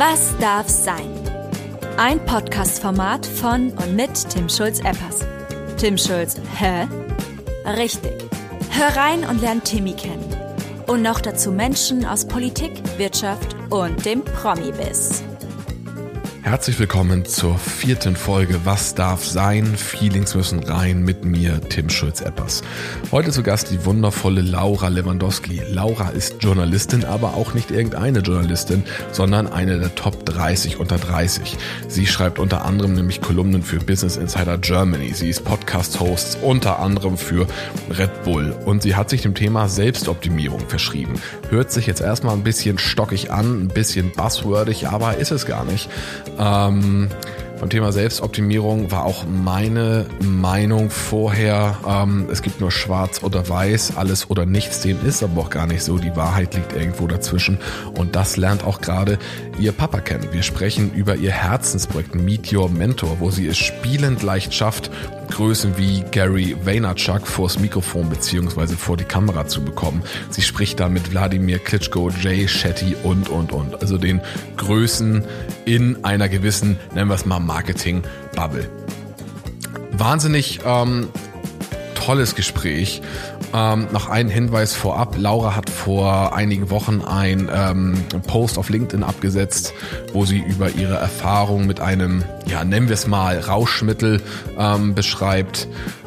Was darf sein? Ein Podcast-Format von und mit Tim Schulz-Eppers. Tim Schulz, hä? Richtig. Hör rein und lern Timmy kennen. Und noch dazu Menschen aus Politik, Wirtschaft und dem Promi-Biss. Herzlich willkommen zur 4. Folge Was darf sein? Feelings müssen rein mit mir, Tim Schulz-Eppers. Heute zu Gast die wundervolle Laura Lewandowski. Laura ist Journalistin, aber auch nicht irgendeine Journalistin, sondern eine der Top 30 unter 30. Sie schreibt unter anderem nämlich Kolumnen für Business Insider Germany. Sie ist Podcast-Host unter anderem für Red Bull und sie hat sich dem Thema Selbstoptimierung verschrieben. Hört sich jetzt erstmal ein bisschen stockig an, ein bisschen buzzwordig, aber ist es gar nicht. Beim Thema Selbstoptimierung war auch meine Meinung vorher, es gibt nur schwarz oder weiß, alles oder nichts, dem ist aber auch gar nicht so, die Wahrheit liegt irgendwo dazwischen und das lernt auch gerade ihr Papa kennen. Wir sprechen über ihr Herzensprojekt Meet Your Mentor, wo sie es spielend leicht schafft, Größen wie Gary Vaynerchuk vors Mikrofon bzw. vor die Kamera zu bekommen. Sie spricht da mit Wladimir Klitschko, Jay Shetty und. Also den Größen in einer gewissen, nennen wir es mal, Marketing-Bubble. Wahnsinnig tolles Gespräch. Noch ein Hinweis vorab. Laura hat vor einigen Wochen ein Post auf LinkedIn abgesetzt, wo sie über ihre Erfahrung mit einem, ja, nennen wir es mal, Rauschmittel beschreibt.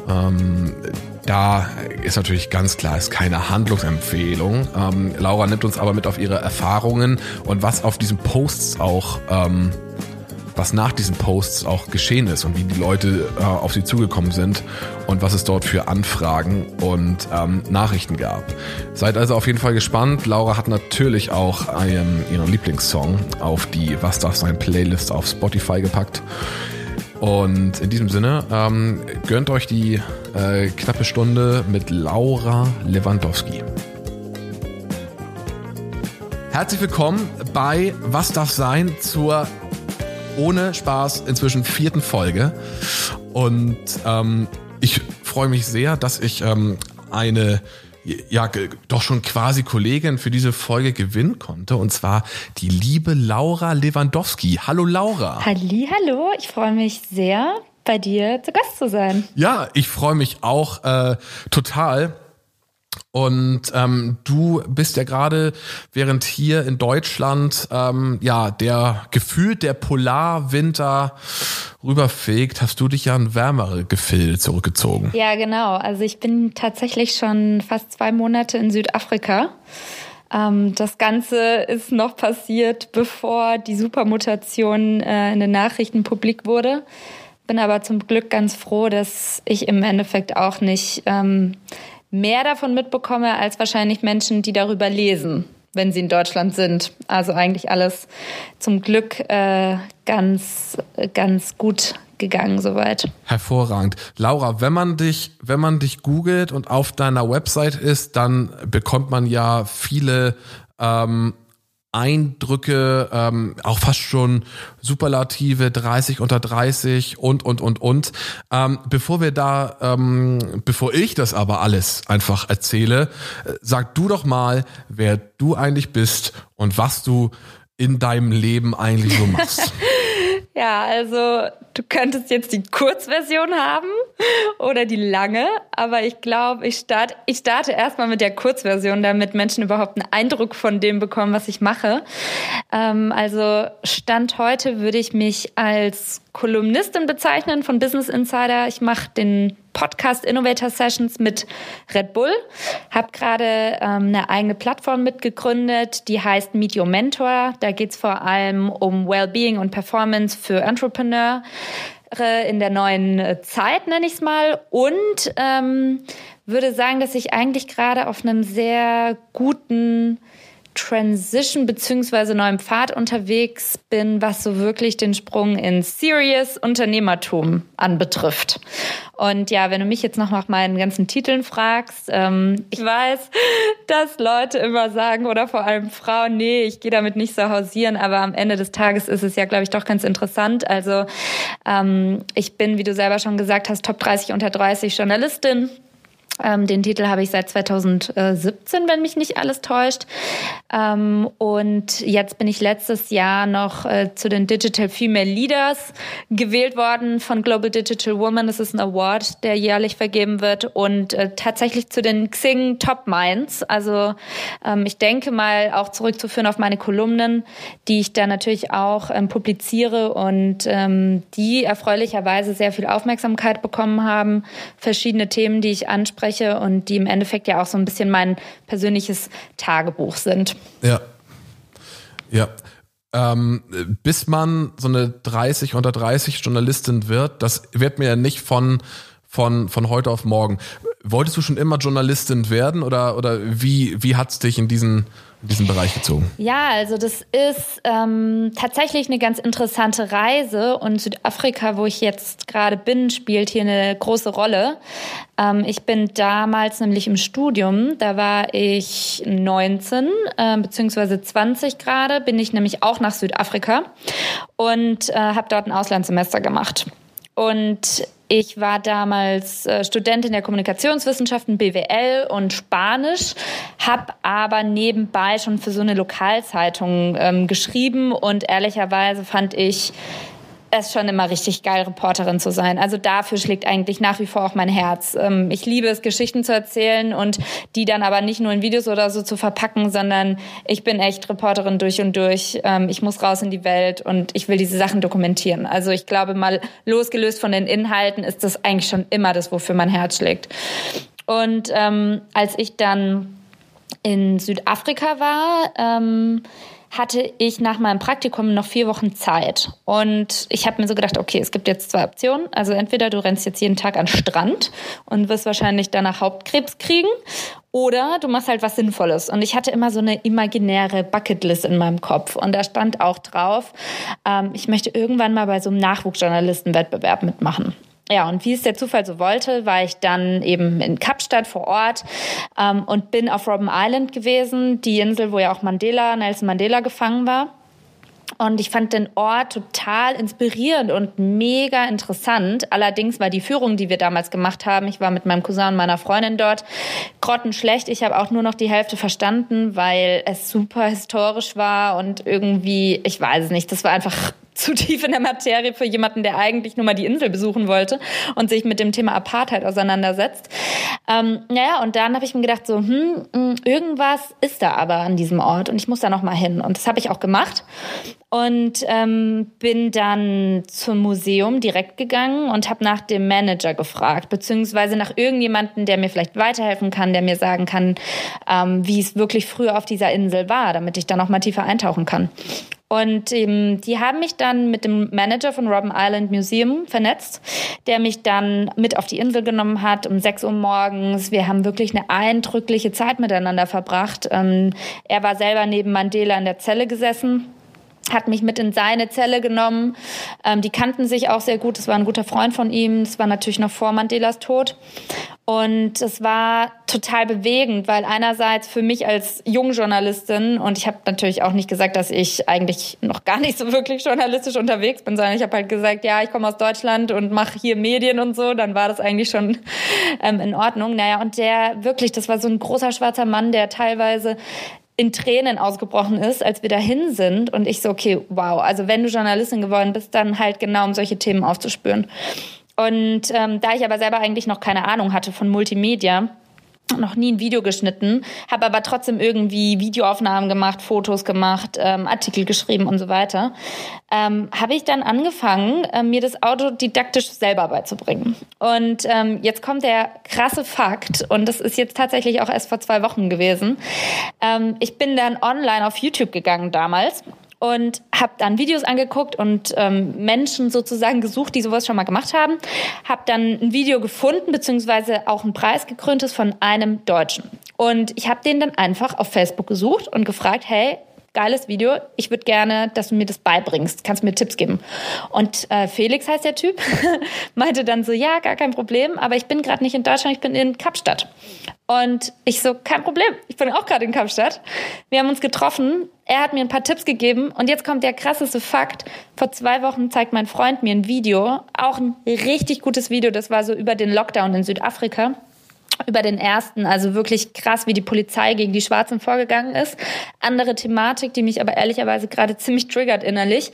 Da ist natürlich ganz klar, ist keine Handlungsempfehlung. Laura nimmt uns aber mit auf ihre Erfahrungen und was auf diesen Posts auch was nach diesen Posts auch geschehen ist und wie die Leute auf sie zugekommen sind und was es dort für Anfragen und Nachrichten gab. Seid also auf jeden Fall gespannt. Laura hat natürlich auch ihren Lieblingssong auf die Was darf sein Playlist auf Spotify gepackt. Und in diesem Sinne, gönnt euch die knappe Stunde mit Laura Lewandowski. Herzlich willkommen bei Was darf sein zur ohne Spaß inzwischen 4. Folge und ich freue mich sehr, dass ich eine doch schon quasi Kollegin für diese Folge gewinnen konnte und zwar die liebe Laura Lewandowski. Hallo Laura. Hallo, ich freue mich sehr, bei dir zu Gast zu sein. Ja, ich freue mich auch total. Und du bist ja gerade, während hier in Deutschland der Polarwinter rüberfegt, hast du dich ja in wärmere Gefilde zurückgezogen. Ja, genau. Also ich bin tatsächlich schon fast 2 Monate in Südafrika. Das Ganze ist noch passiert, bevor die Supermutation in den Nachrichten publik wurde. Bin aber zum Glück ganz froh, dass ich im Endeffekt auch nicht mehr davon mitbekomme als wahrscheinlich Menschen, die darüber lesen, wenn sie in Deutschland sind. Also eigentlich alles zum Glück ganz gut gegangen soweit. Hervorragend. Laura, wenn man dich googelt und auf deiner Website ist, dann bekommt man ja viele Eindrücke, auch fast schon Superlative, 30 unter 30 und. Bevor ich das aber alles einfach erzähle, sag du doch mal, wer du eigentlich bist und was du in deinem Leben eigentlich so machst. Ja, also du könntest jetzt die Kurzversion haben oder die lange, aber ich glaube, ich starte erstmal mit der Kurzversion, damit Menschen überhaupt einen Eindruck von dem bekommen, was ich mache. Also Stand heute würde ich mich als Kolumnistin bezeichnen von Business Insider. Ich mache den Podcast Innovator Sessions mit Red Bull, habe gerade eine eigene Plattform mitgegründet, die heißt Meet Your Mentor. Da geht's vor allem um Wellbeing und Performance für Entrepreneure in der neuen Zeit, nenne ich es mal. Und würde sagen, dass ich eigentlich gerade auf einem sehr guten Transition bzw. neuen Pfad unterwegs bin, was so wirklich den Sprung in Serious Unternehmertum anbetrifft. Und ja, wenn du mich jetzt noch nach meinen ganzen Titeln fragst, ich weiß, dass Leute immer sagen oder vor allem Frauen, nee, ich gehe damit nicht so hausieren, aber am Ende des Tages ist es ja, glaube ich, doch ganz interessant. Also ich bin, wie du selber schon gesagt hast, Top 30 unter 30 Journalistin. Den Titel habe ich seit 2017, wenn mich nicht alles täuscht. Und jetzt bin ich letztes Jahr noch zu den Digital Female Leaders gewählt worden von Global Digital Woman. Das ist ein Award, der jährlich vergeben wird. Und tatsächlich zu den Xing Top Minds. Also ich denke mal auch zurückzuführen auf meine Kolumnen, die ich da natürlich auch publiziere und die erfreulicherweise sehr viel Aufmerksamkeit bekommen haben. Verschiedene Themen, die ich anspreche und die im Endeffekt ja auch so ein bisschen mein persönliches Tagebuch sind. Ja. Ja. Bis man so eine unter 30 Journalistin wird, das wird mir ja nicht von heute auf morgen. Wolltest du schon immer Journalistin werden oder wie hat's dich in diesen Bereich gezogen? Ja, also das ist tatsächlich eine ganz interessante Reise und Südafrika, wo ich jetzt gerade bin, spielt hier eine große Rolle. Ich bin damals nämlich im Studium, da war ich 19 beziehungsweise 20 gerade, bin ich nämlich auch nach Südafrika und habe dort ein Auslandssemester gemacht. Und ich war damals Studentin der Kommunikationswissenschaften, BWL und Spanisch, habe aber nebenbei schon für so eine Lokalzeitung geschrieben und ehrlicherweise fand ich es schon immer richtig geil, Reporterin zu sein. Also dafür schlägt eigentlich nach wie vor auch mein Herz. Ich liebe es, Geschichten zu erzählen und die dann aber nicht nur in Videos oder so zu verpacken, sondern ich bin echt Reporterin durch und durch. Ich muss raus in die Welt und ich will diese Sachen dokumentieren. Also ich glaube mal, losgelöst von den Inhalten ist das eigentlich schon immer das, wofür mein Herz schlägt. Und als ich dann in Südafrika war, hatte ich nach meinem Praktikum noch 4 Wochen Zeit. Und ich habe mir so gedacht, okay, es gibt jetzt 2 Optionen. Also entweder du rennst jetzt jeden Tag an den Strand und wirst wahrscheinlich danach Hauptkrebs kriegen oder du machst halt was Sinnvolles. Und ich hatte immer so eine imaginäre Bucketlist in meinem Kopf. Und da stand auch drauf, ich möchte irgendwann mal bei so einem Nachwuchsjournalistenwettbewerb mitmachen. Ja, und wie es der Zufall so wollte, war ich dann eben in Kapstadt vor Ort und bin auf Robben Island gewesen, die Insel, wo ja auch Nelson Mandela gefangen war. Und ich fand den Ort total inspirierend und mega interessant. Allerdings war die Führung, die wir damals gemacht haben, ich war mit meinem Cousin und meiner Freundin dort, grottenschlecht. Ich habe auch nur noch die Hälfte verstanden, weil es super historisch war und irgendwie, ich weiß es nicht, das war einfach zu tief in der Materie für jemanden, der eigentlich nur mal die Insel besuchen wollte und sich mit dem Thema Apartheid auseinandersetzt. Und dann habe ich mir gedacht, so, irgendwas ist da aber an diesem Ort und ich muss da noch mal hin. Und das habe ich auch gemacht und bin dann zum Museum direkt gegangen und habe nach dem Manager gefragt, beziehungsweise nach irgendjemandem, der mir vielleicht weiterhelfen kann, der mir sagen kann, wie es wirklich früher auf dieser Insel war, damit ich da noch mal tiefer eintauchen kann. Und die haben mich dann mit dem Manager von Robben Island Museum vernetzt, der mich dann mit auf die Insel genommen hat um 6 Uhr morgens. Wir haben wirklich eine eindrückliche Zeit miteinander verbracht. Er war selber neben Mandela in der Zelle gesessen, hat mich mit in seine Zelle genommen. Die kannten sich auch sehr gut. Das war ein guter Freund von ihm. Das war natürlich noch vor Mandelas Tod. Und es war total bewegend, weil einerseits für mich als Jungjournalistin, und ich habe natürlich auch nicht gesagt, dass ich eigentlich noch gar nicht so wirklich journalistisch unterwegs bin, sondern ich habe halt gesagt, ja, ich komme aus Deutschland und mache hier Medien und so, dann war das eigentlich schon in Ordnung. Naja, und der wirklich, das war so ein großer schwarzer Mann, der teilweise in Tränen ausgebrochen ist, als wir dahin sind. Und ich so, okay, wow, also wenn du Journalistin geworden bist, dann halt genau, um solche Themen aufzuspüren. Und da ich aber selber eigentlich noch keine Ahnung hatte von Multimedia, noch nie ein Video geschnitten, habe aber trotzdem irgendwie Videoaufnahmen gemacht, Fotos gemacht, Artikel geschrieben und so weiter, habe ich dann angefangen, mir das autodidaktisch selber beizubringen. Und jetzt kommt der krasse Fakt, und das ist jetzt tatsächlich auch erst vor 2 Wochen gewesen. Ich bin dann online auf YouTube gegangen damals und habe dann Videos angeguckt und Menschen sozusagen gesucht, die sowas schon mal gemacht haben. Habe dann ein Video gefunden, beziehungsweise auch einen Preis gekröntes von einem Deutschen. Und ich habe den dann einfach auf Facebook gesucht und gefragt, hey, geiles Video, ich würde gerne, dass du mir das beibringst. Kannst du mir Tipps geben? Und Felix heißt der Typ, meinte dann so, ja, gar kein Problem, aber ich bin gerade nicht in Deutschland, ich bin in Kapstadt. Und ich so, kein Problem, ich bin auch gerade in Kapstadt. Wir haben uns getroffen, er hat mir ein paar Tipps gegeben und jetzt kommt der krasseste Fakt. Vor 2 Wochen zeigt mein Freund mir ein Video, auch ein richtig gutes Video, das war so über den Lockdown in Südafrika. über den ersten, also wirklich krass, wie die Polizei gegen die Schwarzen vorgegangen ist. Andere Thematik, die mich aber ehrlicherweise gerade ziemlich triggert innerlich.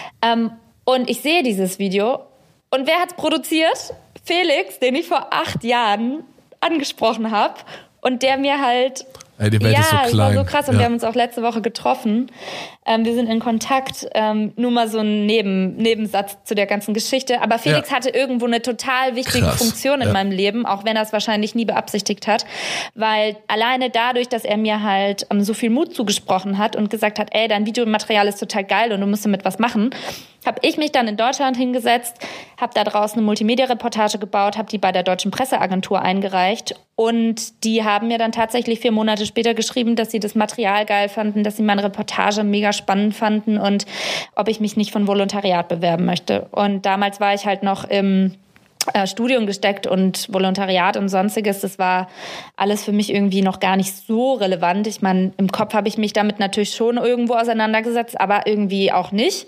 Und ich sehe dieses Video. Und wer hat's produziert? Felix, den ich vor 8 Jahren angesprochen habe. Und der mir halt... Die Welt ist so klein. Ja, war so krass. Und wir haben uns auch letzte Woche getroffen. Wir sind in Kontakt. Nur mal so ein Nebensatz zu der ganzen Geschichte. Aber Felix hatte irgendwo eine total wichtige Funktion in meinem Leben, auch wenn er es wahrscheinlich nie beabsichtigt hat. Weil alleine dadurch, dass er mir halt so viel Mut zugesprochen hat und gesagt hat, ey, dein Videomaterial ist total geil und du musst damit was machen, habe ich mich dann in Deutschland hingesetzt, habe da draußen eine Multimedia-Reportage gebaut, habe die bei der Deutschen Presseagentur eingereicht und die haben mir dann tatsächlich 4 Monate später geschrieben, dass sie das Material geil fanden, dass sie meine Reportage mega spannend fanden und ob ich mich nicht von Volontariat bewerben möchte. Und damals war ich halt noch im Studium gesteckt und Volontariat und Sonstiges, das war alles für mich irgendwie noch gar nicht so relevant. Ich meine, im Kopf habe ich mich damit natürlich schon irgendwo auseinandergesetzt, aber irgendwie auch nicht.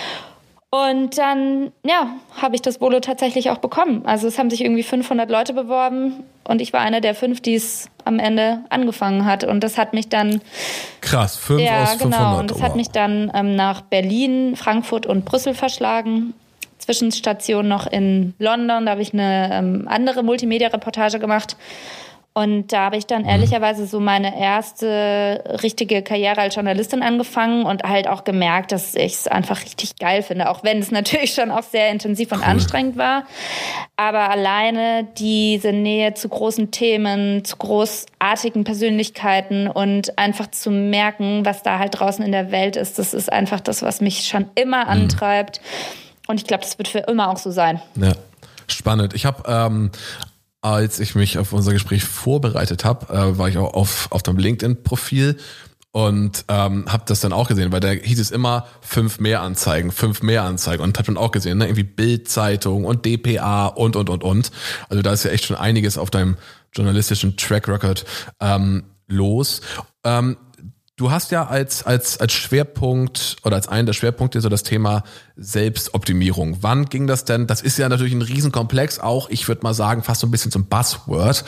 Und dann, habe ich das Volo tatsächlich auch bekommen. Also es haben sich irgendwie 500 Leute beworben und ich war einer der 5, die es am Ende angefangen hat. Und das hat mich dann... Krass, 5 aus 500. Genau. Und das hat mich dann nach Berlin, Frankfurt und Brüssel verschlagen. Zwischenstation noch in London, da habe ich eine andere Multimedia-Reportage gemacht. Und da habe ich dann ehrlicherweise so meine erste richtige Karriere als Journalistin angefangen und halt auch gemerkt, dass ich es einfach richtig geil finde, auch wenn es natürlich schon auch sehr intensiv und anstrengend war. Aber alleine diese Nähe zu großen Themen, zu großartigen Persönlichkeiten und einfach zu merken, was da halt draußen in der Welt ist, das ist einfach das, was mich schon immer antreibt. Und ich glaube, das wird für immer auch so sein. Ja, spannend. Ich habe... als ich mich auf unser Gespräch vorbereitet habe, war ich auch auf deinem LinkedIn-Profil und habe das dann auch gesehen, weil da hieß es immer 5 mehr Anzeigen und habe dann auch gesehen, ne, irgendwie Bild-Zeitung und dpa und. Also da ist ja echt schon einiges auf deinem journalistischen Track Record los. Du hast ja als Schwerpunkt oder als einen der Schwerpunkte so das Thema Selbstoptimierung. Wann ging das denn? Das ist ja natürlich ein Riesenkomplex, auch ich würde mal sagen fast so ein bisschen zum Buzzword.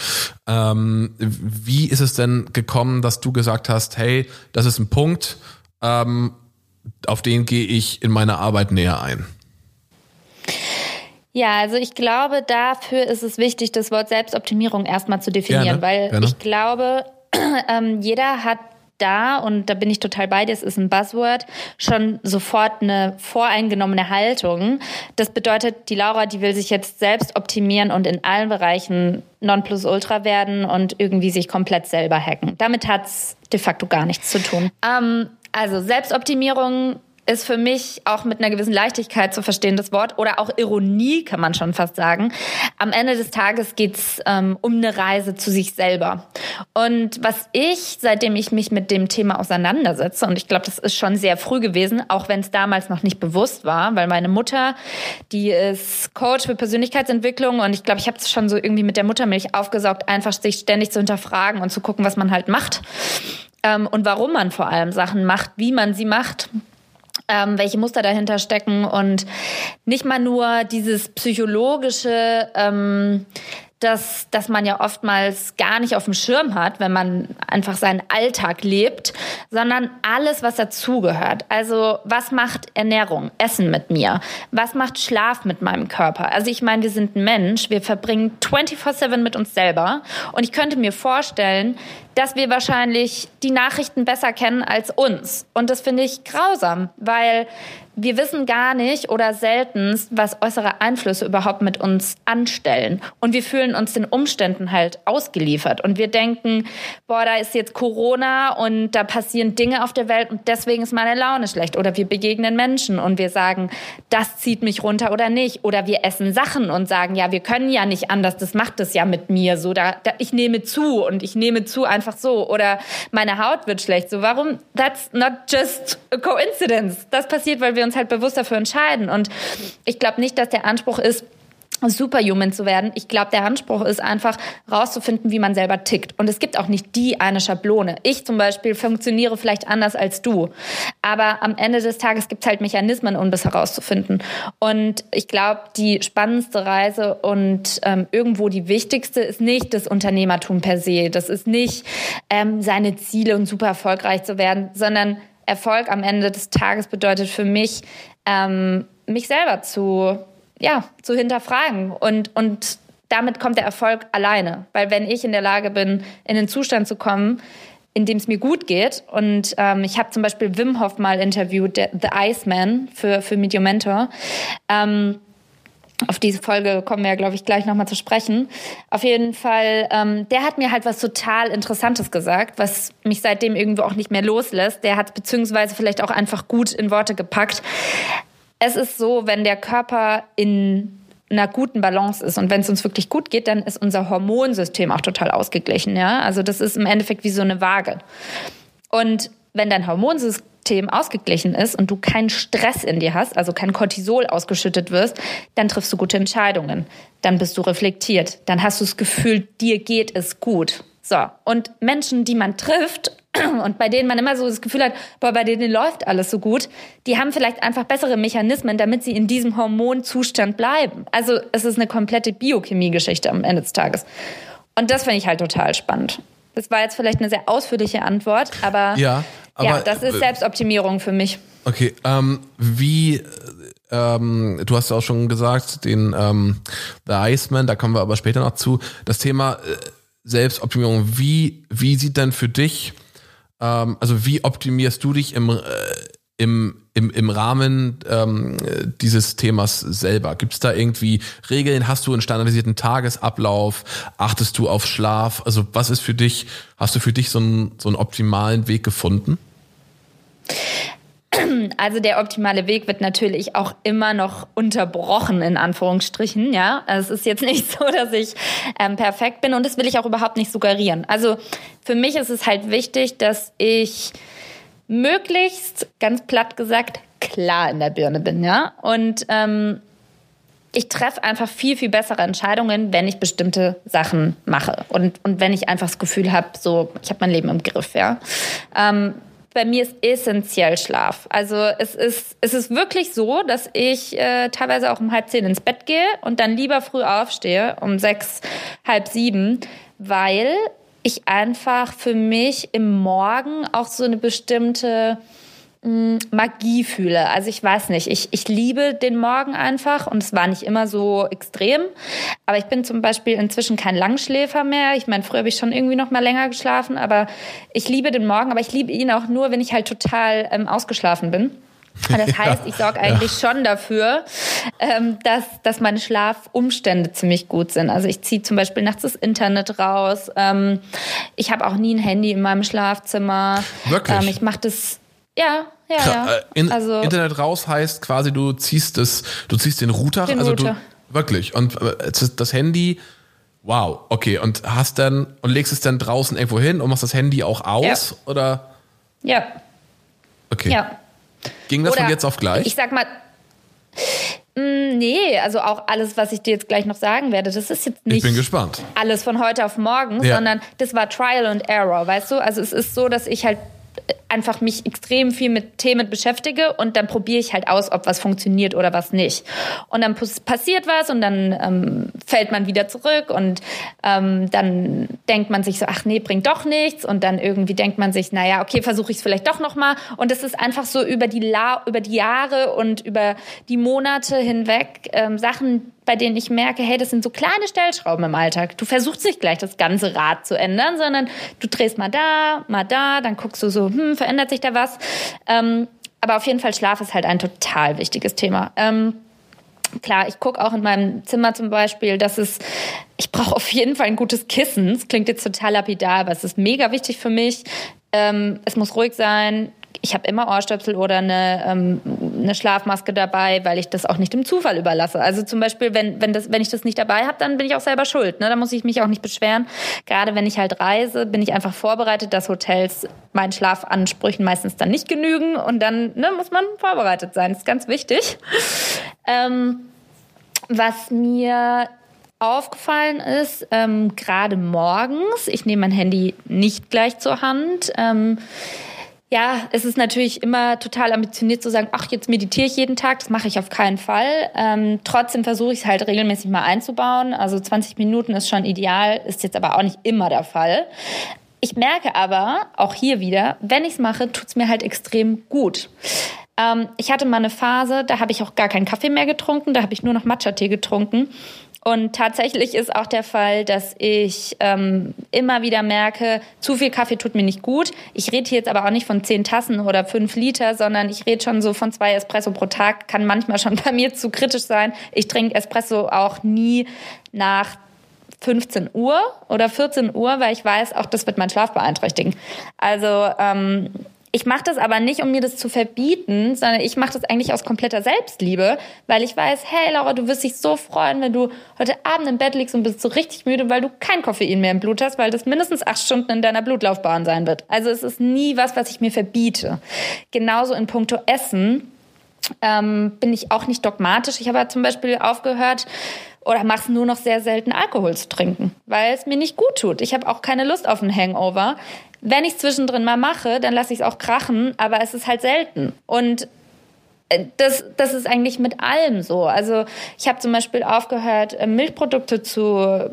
Wie ist es denn gekommen, dass du gesagt hast, hey, das ist ein Punkt, auf den gehe ich in meiner Arbeit näher ein? Ja, also ich glaube, dafür ist es wichtig, das Wort Selbstoptimierung erstmal zu definieren, weil ich glaube, jeder hat da, und da bin ich total bei dir, es ist ein Buzzword, schon sofort eine voreingenommene Haltung. Das bedeutet, die Laura, die will sich jetzt selbst optimieren und in allen Bereichen Nonplusultra werden und irgendwie sich komplett selber hacken. Damit hat's de facto gar nichts zu tun. Also Selbstoptimierung ist für mich auch mit einer gewissen Leichtigkeit zu verstehen, das Wort, oder auch Ironie, kann man schon fast sagen. Am Ende des Tages geht's um eine Reise zu sich selber. Und was ich, seitdem ich mich mit dem Thema auseinandersetze, und ich glaube, das ist schon sehr früh gewesen, auch wenn es damals noch nicht bewusst war, weil meine Mutter, die ist Coach für Persönlichkeitsentwicklung, und ich glaube, ich habe es schon so irgendwie mit der Muttermilch aufgesaugt, einfach sich ständig zu hinterfragen und zu gucken, was man halt macht und warum man vor allem Sachen macht, wie man sie macht. Welche Muster dahinter stecken und nicht mal nur dieses psychologische, dass man ja oftmals gar nicht auf dem Schirm hat, wenn man einfach seinen Alltag lebt, sondern alles, was dazugehört. Also was macht Ernährung, Essen mit mir? Was macht Schlaf mit meinem Körper? Also ich meine, wir sind ein Mensch, wir verbringen 24/7 mit uns selber, und ich könnte mir vorstellen, dass wir wahrscheinlich die Nachrichten besser kennen als uns. Und das finde ich grausam, weil wir wissen gar nicht oder seltenst, was äußere Einflüsse überhaupt mit uns anstellen. Und wir fühlen uns den Umständen halt ausgeliefert. Und wir denken, boah, da ist jetzt Corona und da passieren Dinge auf der Welt und deswegen ist meine Laune schlecht. Oder wir begegnen Menschen und wir sagen, das zieht mich runter oder nicht. Oder wir essen Sachen und sagen, ja, wir können ja nicht anders, das macht es ja mit mir so. Ich nehme zu und ich nehme zu einfach so. Oder meine Haut wird schlecht. So, warum? That's not just a coincidence. Das passiert, weil wir uns halt bewusst dafür entscheiden. Und ich glaube nicht, dass der Anspruch ist, Superhuman zu werden. Ich glaube, der Anspruch ist einfach, rauszufinden, wie man selber tickt. Und es gibt auch nicht die eine Schablone. Ich zum Beispiel funktioniere vielleicht anders als du. Aber am Ende des Tages gibt es halt Mechanismen, um das herauszufinden. Und ich glaube, die spannendste Reise und irgendwo die wichtigste ist nicht das Unternehmertum per se. Das ist nicht seine Ziele und super erfolgreich zu werden, sondern Erfolg am Ende des Tages bedeutet für mich, mich selber zu hinterfragen. Und damit kommt der Erfolg alleine. Weil wenn ich in der Lage bin, in den Zustand zu kommen, in dem es mir gut geht, und ich habe zum Beispiel Wim Hof mal interviewt, The Iceman für Meet Your Mentor. Auf diese Folge kommen wir ja, glaube ich, gleich nochmal zu sprechen. Auf jeden Fall, der hat mir halt was total Interessantes gesagt, was mich seitdem irgendwo auch nicht mehr loslässt. Der hat es beziehungsweise vielleicht auch einfach gut in Worte gepackt. Es ist so, wenn der Körper in einer guten Balance ist und wenn es uns wirklich gut geht, dann ist unser Hormonsystem auch total ausgeglichen. Ja? Also das ist im Endeffekt wie so eine Waage. Und wenn dein Hormonsystem ausgeglichen ist und du keinen Stress in dir hast, also kein Cortisol ausgeschüttet wirst, dann triffst du gute Entscheidungen. Dann bist du reflektiert. Dann hast du das Gefühl, dir geht es gut. So, und Menschen, die man trifft und bei denen man immer so das Gefühl hat, bei denen läuft alles so gut, die haben vielleicht einfach bessere Mechanismen, damit sie in diesem Hormonzustand bleiben. Also es ist eine komplette Biochemie-Geschichte am Ende des Tages. Und das finde ich halt total spannend. Das war jetzt vielleicht eine sehr ausführliche Antwort, aber das ist Selbstoptimierung für mich. Okay, du hast ja auch schon gesagt, den The Iceman, da kommen wir aber später noch zu, das Thema Selbstoptimierung, wie sieht denn für dich, also wie optimierst du dich im Rahmen dieses Themas selber? Gibt es da irgendwie Regeln? Hast du einen standardisierten Tagesablauf? Achtest du auf Schlaf? Also was ist für dich, hast du für dich so einen optimalen Weg gefunden? Also der optimale Weg wird natürlich auch immer noch unterbrochen, in Anführungsstrichen. Ja, also es ist jetzt nicht so, dass ich perfekt bin und das will ich auch überhaupt nicht suggerieren. Also für mich ist es halt wichtig, dass ich möglichst, ganz platt gesagt, klar in der Birne bin. Ja, und ich treffe einfach viel, viel bessere Entscheidungen, wenn ich bestimmte Sachen mache und wenn ich einfach das Gefühl habe, so ich habe mein Leben im Griff. Ja. Bei mir ist essentiell Schlaf. Also es ist wirklich so, dass ich teilweise auch um 6:30 ins Bett gehe und dann lieber früh aufstehe, um 6, halb 7, weil ich einfach für mich im Morgen auch so eine bestimmte Magie fühle. Also ich weiß nicht, ich liebe den Morgen einfach und es war nicht immer so extrem. Aber ich bin zum Beispiel inzwischen kein Langschläfer mehr. Ich meine, früher habe ich schon irgendwie noch mal länger geschlafen, aber ich liebe den Morgen, aber ich liebe ihn auch nur, wenn ich halt total ausgeschlafen bin. Das heißt, ich sorge eigentlich schon dafür, dass meine Schlafumstände ziemlich gut sind. Also ich ziehe zum Beispiel nachts das Internet raus. Ich habe auch nie ein Handy in meinem Schlafzimmer. Wirklich? Ich mache das... Ja. Also Internet raus heißt quasi, du ziehst den Router, wirklich. Und das Handy, wow, okay. Und legst es dann draußen irgendwo hin und machst das Handy auch aus? Ja. Oder? Ja. Okay. Ja. Ging das von jetzt auf gleich? Ich sag mal, nee, also auch alles, was ich dir jetzt gleich noch sagen werde, das ist jetzt nicht ich bin gespannt. Alles von heute auf morgen, sondern das war Trial and Error, weißt du? Also es ist so, dass ich halt einfach mich extrem viel mit Themen beschäftige und dann probiere ich halt aus, ob was funktioniert oder was nicht. Und dann passiert was und dann fällt man wieder zurück und dann denkt man sich so, ach nee, bringt doch nichts und dann irgendwie denkt man sich, naja, okay, versuche ich es vielleicht doch nochmal und es ist einfach so über die Jahre und über die Monate hinweg Sachen, bei denen ich merke, hey, das sind so kleine Stellschrauben im Alltag. Du versuchst nicht gleich das ganze Rad zu ändern, sondern du drehst mal da, dann guckst du so, verändert sich da was? Aber auf jeden Fall Schlaf ist halt ein total wichtiges Thema. Klar, ich gucke auch in meinem Zimmer zum Beispiel, ich brauche auf jeden Fall ein gutes Kissen. Das klingt jetzt total lapidar, aber es ist mega wichtig für mich. Es muss ruhig sein. Ich habe immer Ohrstöpsel oder eine Schlafmaske dabei, weil ich das auch nicht dem Zufall überlasse. Also zum Beispiel, wenn ich das nicht dabei habe, dann bin ich auch selber schuld. Ne? Da muss ich mich auch nicht beschweren. Gerade wenn ich halt reise, bin ich einfach vorbereitet, dass Hotels meinen Schlafansprüchen meistens dann nicht genügen. Und dann muss man vorbereitet sein. Das ist ganz wichtig. Was mir aufgefallen ist, gerade morgens, ich nehme mein Handy nicht gleich zur Hand. Ja, es ist natürlich immer total ambitioniert zu sagen, ach, jetzt meditiere ich jeden Tag. Das mache ich auf keinen Fall. Trotzdem versuche ich es halt regelmäßig mal einzubauen. Also 20 Minuten ist schon ideal, ist jetzt aber auch nicht immer der Fall. Ich merke aber, auch hier wieder, wenn ich es mache, tut es mir halt extrem gut. Ich hatte mal eine Phase, da habe ich auch gar keinen Kaffee mehr getrunken, da habe ich nur noch Matcha-Tee getrunken. Und tatsächlich ist auch der Fall, dass ich immer wieder merke, zu viel Kaffee tut mir nicht gut. Ich rede hier jetzt aber auch nicht von 10 Tassen oder 5 Liter, sondern ich rede schon so von 2 Espresso pro Tag. Kann manchmal schon bei mir zu kritisch sein. Ich trinke Espresso auch nie nach 15 Uhr oder 14 Uhr, weil ich weiß, auch das wird meinen Schlaf beeinträchtigen. Also ich mache das aber nicht, um mir das zu verbieten, sondern ich mache das eigentlich aus kompletter Selbstliebe, weil ich weiß, hey Laura, du wirst dich so freuen, wenn du heute Abend im Bett liegst und bist so richtig müde, weil du kein Koffein mehr im Blut hast, weil das mindestens 8 Stunden in deiner Blutlaufbahn sein wird. Also es ist nie was ich mir verbiete. Genauso in puncto Essen bin ich auch nicht dogmatisch. Ich habe zum Beispiel aufgehört oder mache es nur noch sehr selten, Alkohol zu trinken, weil es mir nicht gut tut. Ich habe auch keine Lust auf einen Hangover. Wenn ich es zwischendrin mal mache, dann lasse ich es auch krachen, aber es ist halt selten. Und das ist eigentlich mit allem so. Also ich habe zum Beispiel aufgehört, Milchprodukte zu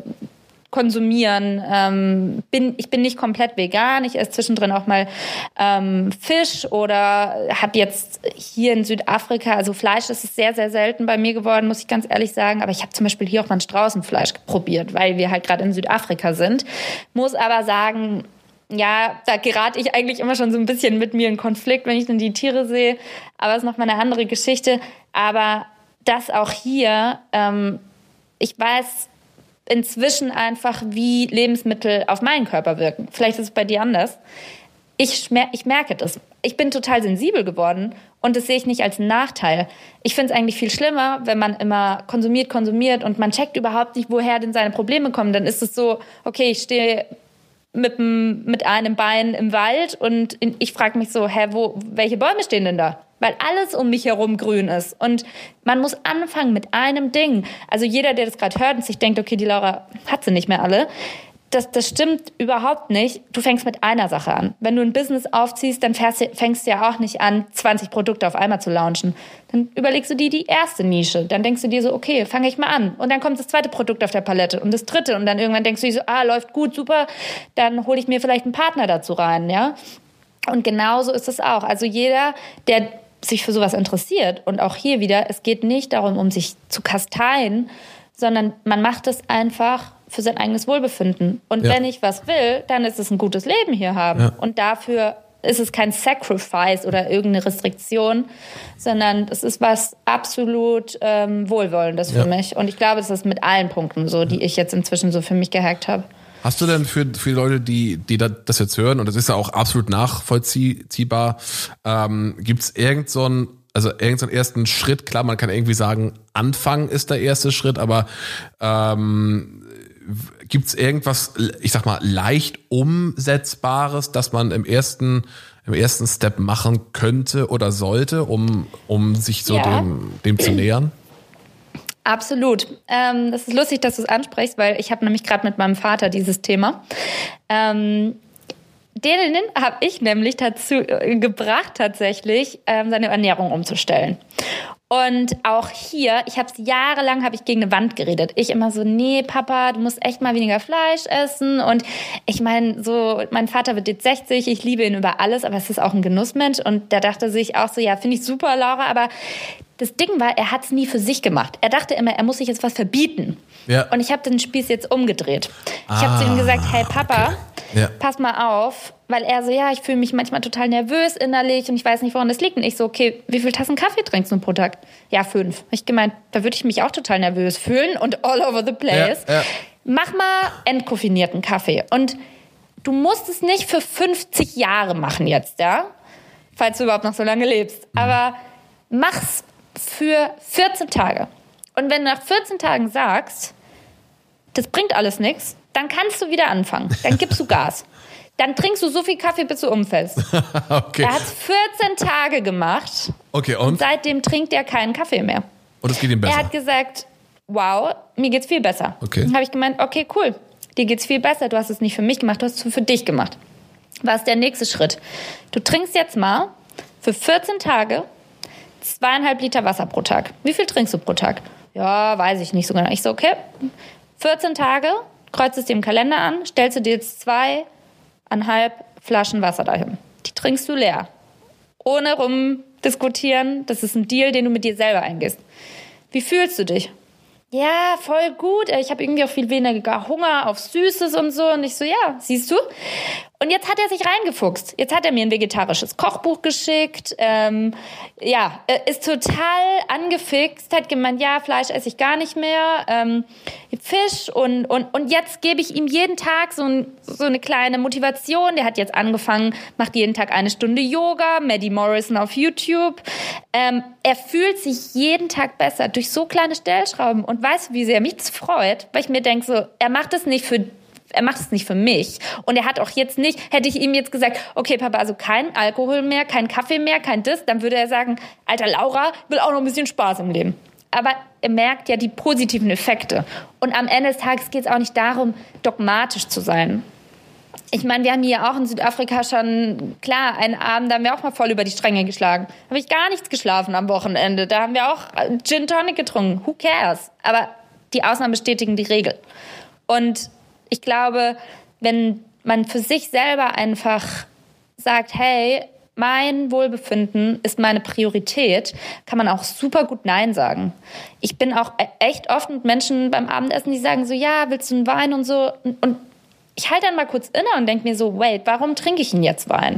konsumieren. Ich bin nicht komplett vegan. Ich esse zwischendrin auch mal Fisch oder habe jetzt hier in Südafrika, also Fleisch, das ist sehr, sehr selten bei mir geworden, muss ich ganz ehrlich sagen. Aber ich habe zum Beispiel hier auch mal ein Straußenfleisch probiert, weil wir halt gerade in Südafrika sind. Muss aber sagen, ja, da gerate ich eigentlich immer schon so ein bisschen mit mir in Konflikt, wenn ich dann die Tiere sehe. Aber das ist nochmal eine andere Geschichte. Aber das auch hier, ich weiß inzwischen einfach, wie Lebensmittel auf meinen Körper wirken. Vielleicht ist es bei dir anders. Ich merke das. Ich bin total sensibel geworden und das sehe ich nicht als Nachteil. Ich finde es eigentlich viel schlimmer, wenn man immer konsumiert und man checkt überhaupt nicht, woher denn seine Probleme kommen. Dann ist es so, okay, ich stehe mit einem Bein im Wald und ich frage mich so, welche Bäume stehen denn da? Weil alles um mich herum grün ist. Und man muss anfangen mit einem Ding. Also jeder, der das gerade hört und sich denkt, okay, die Laura hat sie nicht mehr alle, das stimmt überhaupt nicht. Du fängst mit einer Sache an. Wenn du ein Business aufziehst, dann fängst du ja auch nicht an, 20 Produkte auf einmal zu launchen. Dann überlegst du dir die erste Nische. Dann denkst du dir so, okay, fange ich mal an. Und dann kommt das zweite Produkt auf der Palette und das dritte. Und dann irgendwann denkst du dir so, läuft gut, super. Dann hole ich mir vielleicht einen Partner dazu rein, ja. Und genauso ist es auch. Also jeder, der sich für sowas interessiert, und auch hier wieder, es geht nicht darum, um sich zu kasteien, sondern man macht es einfach für sein eigenes Wohlbefinden. Und wenn ich was will, dann ist es ein gutes Leben hier haben. Ja. Und dafür ist es kein Sacrifice oder irgendeine Restriktion, sondern es ist was absolut Wohlwollendes für mich. Und ich glaube, das ist mit allen Punkten so, die ich jetzt inzwischen so für mich gehackt habe. Hast du denn für Leute, die das jetzt hören, und das ist ja auch absolut nachvollziehbar, gibt's irgendeinen ersten Schritt? Klar, man kann irgendwie sagen, Anfang ist der erste Schritt, aber gibt's irgendwas, ich sag mal, leicht Umsetzbares, das man im ersten Step machen könnte oder sollte, um sich so dem zu nähern? Absolut. Das ist lustig, dass du es ansprichst, weil ich habe nämlich gerade mit meinem Vater dieses Thema. Den habe ich nämlich dazu gebracht, tatsächlich seine Ernährung umzustellen. Und auch hier, jahrelang habe ich gegen eine Wand geredet. Ich immer so, nee, Papa, du musst echt mal weniger Fleisch essen. Und ich meine, so, mein Vater wird jetzt 60, ich liebe ihn über alles, aber es ist auch ein Genussmensch. Und der dachte sich auch so, ja, finde ich super, Laura, aber das Ding war, er hat es nie für sich gemacht. Er dachte immer, er muss sich jetzt was verbieten. Ja. Und ich habe den Spieß jetzt umgedreht. Ich habe zu ihm gesagt, hey Papa, pass mal auf. Weil er so, ich fühle mich manchmal total nervös innerlich und ich weiß nicht, woran das liegt. Und ich so, okay, wie viele Tassen Kaffee trinkst du pro Tag? Ja, 5. Hab ich gemeint, da würde ich mich auch total nervös fühlen und all over the place. Ja. Mach mal entkoffinierten Kaffee. Und du musst es nicht für 50 Jahre machen jetzt, ja? Falls du überhaupt noch so lange lebst. Aber mach's für 14 Tage. Und wenn du nach 14 Tagen sagst, das bringt alles nichts, dann kannst du wieder anfangen. Dann gibst du Gas. Dann trinkst du so viel Kaffee, bis du umfällst. Okay. Er hat 14 Tage gemacht. Okay, und seitdem trinkt er keinen Kaffee mehr. Und es geht ihm besser. Er hat gesagt, wow, mir geht's viel besser. Okay. Dann habe ich gemeint, okay, cool, dir geht's viel besser. Du hast es nicht für mich gemacht, du hast es für dich gemacht. Was ist der nächste Schritt? Du trinkst jetzt mal für 14 Tage 2,5 Liter Wasser pro Tag. Wie viel trinkst du pro Tag? Ja, weiß ich nicht so genau. Ich so, okay, 14 Tage, kreuzt es dir im Kalender an, stellst du dir jetzt 2,5 Flaschen Wasser dahin. Die trinkst du leer. Ohne rumdiskutieren. Das ist ein Deal, den du mit dir selber eingehst. Wie fühlst du dich? Ja, voll gut. Ich habe irgendwie auch viel weniger Hunger auf Süßes und so. Und ich so, ja, siehst du? Und jetzt hat er sich reingefuchst. Jetzt hat er mir ein vegetarisches Kochbuch geschickt. Ist total angefixt. Hat gemeint, ja, Fleisch esse ich gar nicht mehr. Fisch. Und jetzt gebe ich ihm jeden Tag so eine kleine Motivation. Der hat jetzt angefangen, macht jeden Tag 1 Stunde Yoga. Maddie Morrison auf YouTube. Er fühlt sich jeden Tag besser durch so kleine Stellschrauben. Und weißt du, wie sehr mich das freut? Weil ich mir denke, so, er macht es nicht für mich. Und er hat auch jetzt nicht, hätte ich ihm jetzt gesagt, okay, Papa, also kein Alkohol mehr, kein Kaffee mehr, kein das, dann würde er sagen, Alter, Laura will auch noch ein bisschen Spaß im Leben. Aber er merkt ja die positiven Effekte. Und am Ende des Tages geht es auch nicht darum, dogmatisch zu sein. Ich meine, wir haben hier auch in Südafrika schon, klar, einen Abend, da haben wir auch mal voll über die Stränge geschlagen. Habe ich gar nichts geschlafen am Wochenende. Da haben wir auch Gin Tonic getrunken. Who cares? Aber die Ausnahmen bestätigen die Regel. Und ich glaube, wenn man für sich selber einfach sagt, hey, mein Wohlbefinden ist meine Priorität, kann man auch super gut Nein sagen. Ich bin auch echt oft mit Menschen beim Abendessen, die sagen so, ja, willst du einen Wein und so? Und ich halte dann mal kurz inne und denke mir so, wait, warum trinke ich denn jetzt Wein?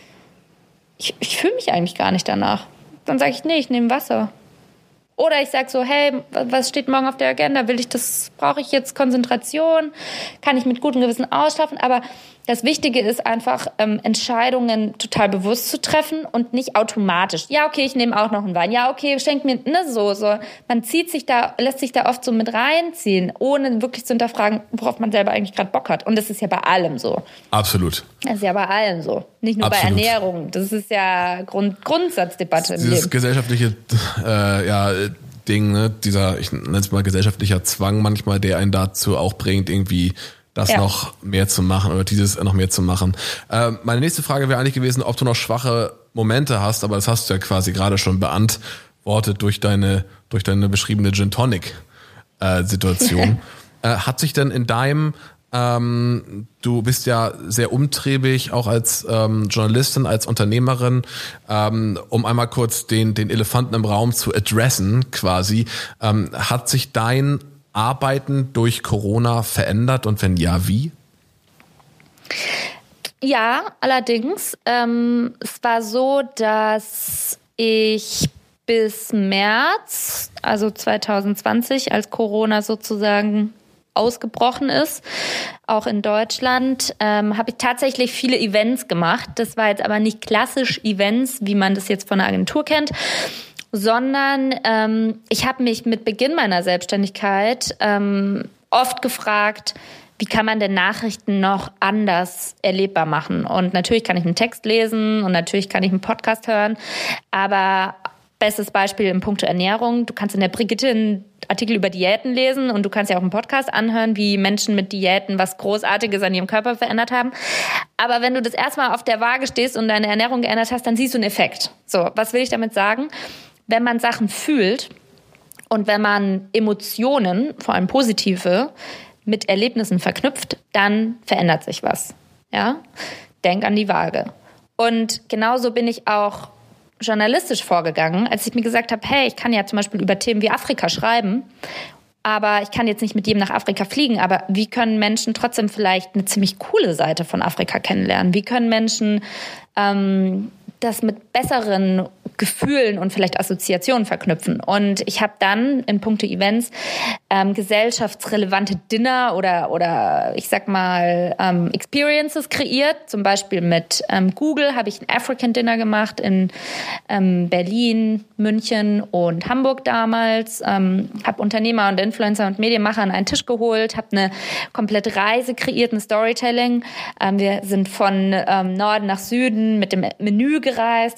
Ich fühle mich eigentlich gar nicht danach. Dann sage ich, nee, ich nehme Wasser. Oder ich sage so, hey, was steht morgen auf der Agenda? Brauche ich jetzt Konzentration? Kann ich mit gutem Gewissen ausschlafen? Aber das Wichtige ist einfach, Entscheidungen total bewusst zu treffen und nicht automatisch. Ja, okay, ich nehme auch noch einen Wein. Ja, okay, schenk mir, so. Man lässt sich da oft so mit reinziehen, ohne wirklich zu hinterfragen, worauf man selber eigentlich gerade Bock hat. Und das ist ja bei allem so. Absolut. Das ist ja bei allem so. Nicht nur Absolut. Bei Ernährung. Das ist ja Grundsatzdebatte im Leben. Dieses gesellschaftliche, Ding, ne? Dieser, ich nenne es mal gesellschaftlicher Zwang manchmal, der einen dazu auch bringt, irgendwie das noch mehr zu machen oder dieses noch mehr zu machen. Meine nächste Frage wäre eigentlich gewesen, ob du noch schwache Momente hast, aber das hast du ja quasi gerade schon beantwortet durch deine beschriebene Gin Tonic Situation. Hat sich denn in deinem du bist ja sehr umtriebig, auch als Journalistin, als Unternehmerin, um einmal kurz den Elefanten im Raum zu adressen quasi. Hat sich dein Arbeiten durch Corona verändert und wenn ja, wie? Ja, allerdings. Es war so, dass ich bis März, also 2020, als Corona sozusagen ausgebrochen ist, auch in Deutschland, habe ich tatsächlich viele Events gemacht. Das war jetzt aber nicht klassisch Events, wie man das jetzt von der Agentur kennt, sondern ich habe mich mit Beginn meiner Selbstständigkeit oft gefragt, wie kann man denn Nachrichten noch anders erlebbar machen? Und natürlich kann ich einen Text lesen und natürlich kann ich einen Podcast hören, aber bestes Beispiel im Punkto Ernährung. Du kannst in der Brigitte einen Artikel über Diäten lesen und du kannst ja auch einen Podcast anhören, wie Menschen mit Diäten was Großartiges an ihrem Körper verändert haben. Aber wenn du das erstmal auf der Waage stehst und deine Ernährung geändert hast, dann siehst du einen Effekt. So, was will ich damit sagen? Wenn man Sachen fühlt und wenn man Emotionen, vor allem positive, mit Erlebnissen verknüpft, dann verändert sich was. Ja? Denk an die Waage. Und genauso bin ich auch journalistisch vorgegangen, als ich mir gesagt habe, hey, ich kann ja zum Beispiel über Themen wie Afrika schreiben, aber ich kann jetzt nicht mit jedem nach Afrika fliegen, aber wie können Menschen trotzdem vielleicht eine ziemlich coole Seite von Afrika kennenlernen? Wie können Menschen das mit besseren Gefühlen und vielleicht Assoziationen verknüpfen? Und ich habe dann in puncto Events gesellschaftsrelevante Dinner oder ich sag mal Experiences kreiert. Zum Beispiel mit Google habe ich ein African Dinner gemacht in Berlin, München und Hamburg damals. Habe Unternehmer und Influencer und Medienmacher an einen Tisch geholt, habe eine komplette Reise kreiert, ein Storytelling. Wir sind von Norden nach Süden mit dem Menü gereist.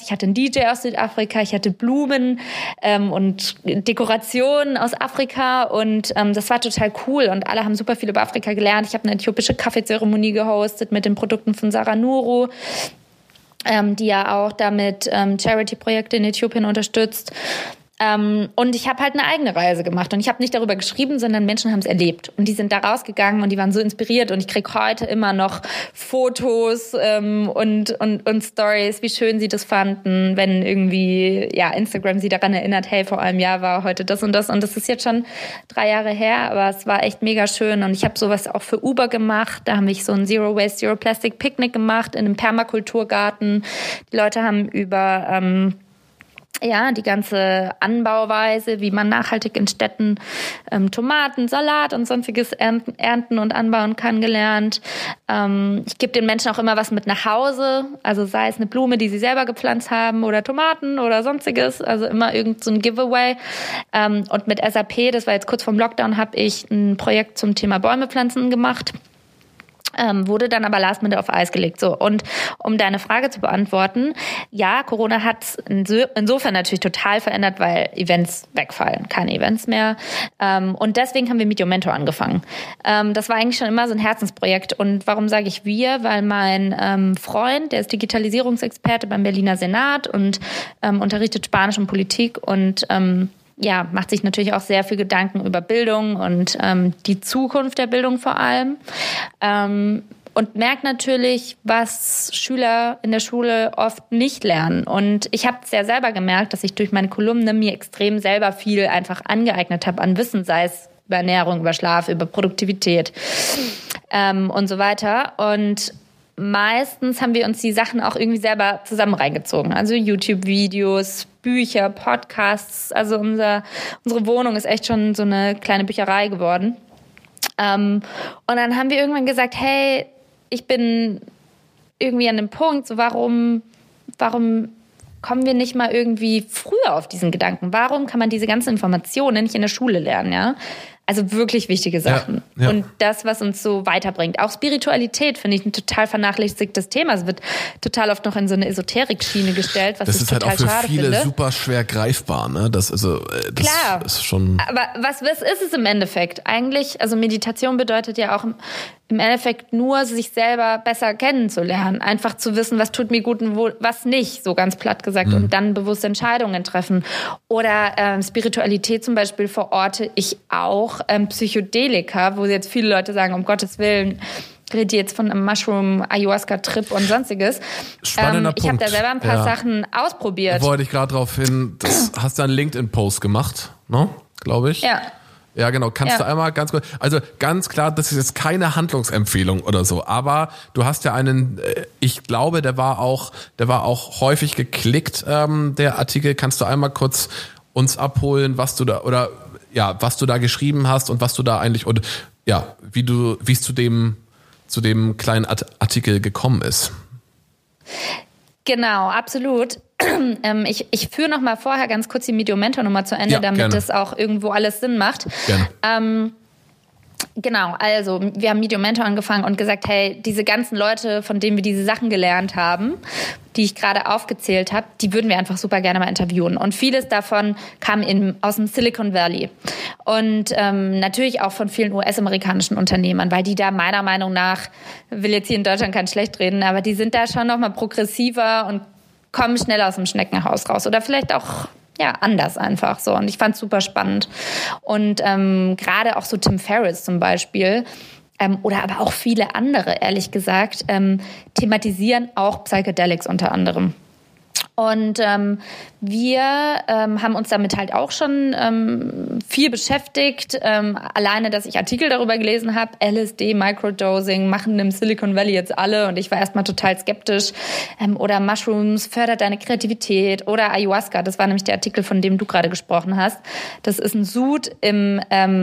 Ich hatte einen DJ aus Südafrika, ich hatte Blumen und Dekorationen aus Afrika und das war total cool und alle haben super viel über Afrika gelernt. Ich habe eine äthiopische Kaffeezeremonie gehostet mit den Produkten von Sarah Nuru, die ja auch damit Charity-Projekte in Äthiopien unterstützt. Und ich habe halt eine eigene Reise gemacht und ich habe nicht darüber geschrieben, sondern Menschen haben es erlebt und die sind da rausgegangen und die waren so inspiriert und ich kriege heute immer noch Fotos und Stories, wie schön sie das fanden, wenn irgendwie Instagram sie daran erinnert, hey, vor einem Jahr war heute das und das ist jetzt schon 3 Jahre her, aber es war echt mega schön und ich habe sowas auch für Uber gemacht, da haben wir so ein Zero Waste, Zero Plastic Picknick gemacht in einem Permakulturgarten. Die Leute haben über die ganze Anbauweise, wie man nachhaltig in Städten Tomaten, Salat und sonstiges ernten und anbauen kann, gelernt. Ich gebe den Menschen auch immer was mit nach Hause, also sei es eine Blume, die sie selber gepflanzt haben oder Tomaten oder sonstiges, also immer irgend so ein Giveaway. Und mit SAP, das war jetzt kurz vorm Lockdown, habe ich ein Projekt zum Thema Bäume pflanzen gemacht. Wurde dann aber last minute auf Eis gelegt. So, und um deine Frage zu beantworten, ja, Corona hat es insofern natürlich total verändert, weil Events wegfallen, keine Events mehr. Und deswegen haben wir Meet Your Mentor angefangen. Das war eigentlich schon immer so ein Herzensprojekt. Und warum sage ich wir? Weil mein Freund, der ist Digitalisierungsexperte beim Berliner Senat und unterrichtet Spanisch und Politik und macht sich natürlich auch sehr viel Gedanken über Bildung und die Zukunft der Bildung vor allem. Und merkt natürlich, was Schüler in der Schule oft nicht lernen. Und ich habe es ja selber gemerkt, dass ich durch meine Kolumne mir extrem selber viel einfach angeeignet habe an Wissen, sei es über Ernährung, über Schlaf, über Produktivität und so weiter. Und meistens haben wir uns die Sachen auch irgendwie selber zusammen reingezogen. Also YouTube-Videos, Bücher, Podcasts. Also unsere Wohnung ist echt schon so eine kleine Bücherei geworden. Und dann haben wir irgendwann gesagt, hey, ich bin irgendwie an dem Punkt, so warum kommen wir nicht mal irgendwie früher auf diesen Gedanken? Warum kann man diese ganzen Informationen nicht in der Schule lernen, ja? Also wirklich wichtige Sachen. Ja. Und das, was uns so weiterbringt. Auch Spiritualität finde ich ein total vernachlässigtes Thema. Es wird total oft noch in so eine Esoterik-Schiene gestellt, was ich total schade finde. Das ist halt auch für viele super schwer greifbar, ne? Das Klar, ist schon... Aber was ist es im Endeffekt? Eigentlich, also Meditation bedeutet ja auch im Endeffekt nur, sich selber besser kennenzulernen. Einfach zu wissen, was tut mir gut und was nicht, so ganz platt gesagt. Und dann bewusste Entscheidungen treffen. Oder Spiritualität zum Beispiel verorte ich auch Psychedelika, wo jetzt viele Leute sagen, um Gottes Willen, rede jetzt von einem Mushroom-Ayahuasca-Trip und sonstiges. Spannender Punkt. Ich habe da selber ein paar Sachen ausprobiert. Da wollte ich gerade drauf hin, das hast du einen LinkedIn-Post gemacht, ne? Glaube ich. Ja. Ja, genau. Kannst du einmal ganz kurz, also ganz klar, das ist jetzt keine Handlungsempfehlung oder so, aber du hast ja einen, ich glaube, der war auch häufig geklickt, der Artikel. Kannst du einmal kurz uns abholen, was du da geschrieben hast und was du da eigentlich und ja, wie es zu dem kleinen Artikel gekommen ist. Genau, absolut. Ich führe noch mal vorher ganz kurz die Meet Your Mentor Nummer zu Ende, damit das auch irgendwo alles Sinn macht. Gerne. Genau, also wir haben Meet Your Mentor angefangen und gesagt, hey, diese ganzen Leute, von denen wir diese Sachen gelernt haben, die ich gerade aufgezählt habe, die würden wir einfach super gerne mal interviewen. Und vieles davon kam aus dem Silicon Valley. Und natürlich auch von vielen US-amerikanischen Unternehmern, weil die da meiner Meinung nach, will jetzt hier in Deutschland kein schlecht reden, aber die sind da schon noch mal progressiver und kommen schnell aus dem Schneckenhaus raus. Oder vielleicht auch anders einfach so. Und ich fand es super spannend. Und gerade auch so Tim Ferriss zum Beispiel oder aber auch viele andere, ehrlich gesagt, thematisieren auch Psychedelics unter anderem. Und wir haben uns damit halt auch schon viel beschäftigt. Alleine, dass ich Artikel darüber gelesen habe, LSD, Microdosing, machen im Silicon Valley jetzt alle. Und ich war erstmal total skeptisch. Oder Mushrooms fördert deine Kreativität. Oder Ayahuasca, das war nämlich der Artikel, von dem du gerade gesprochen hast. Das ist ein Sud im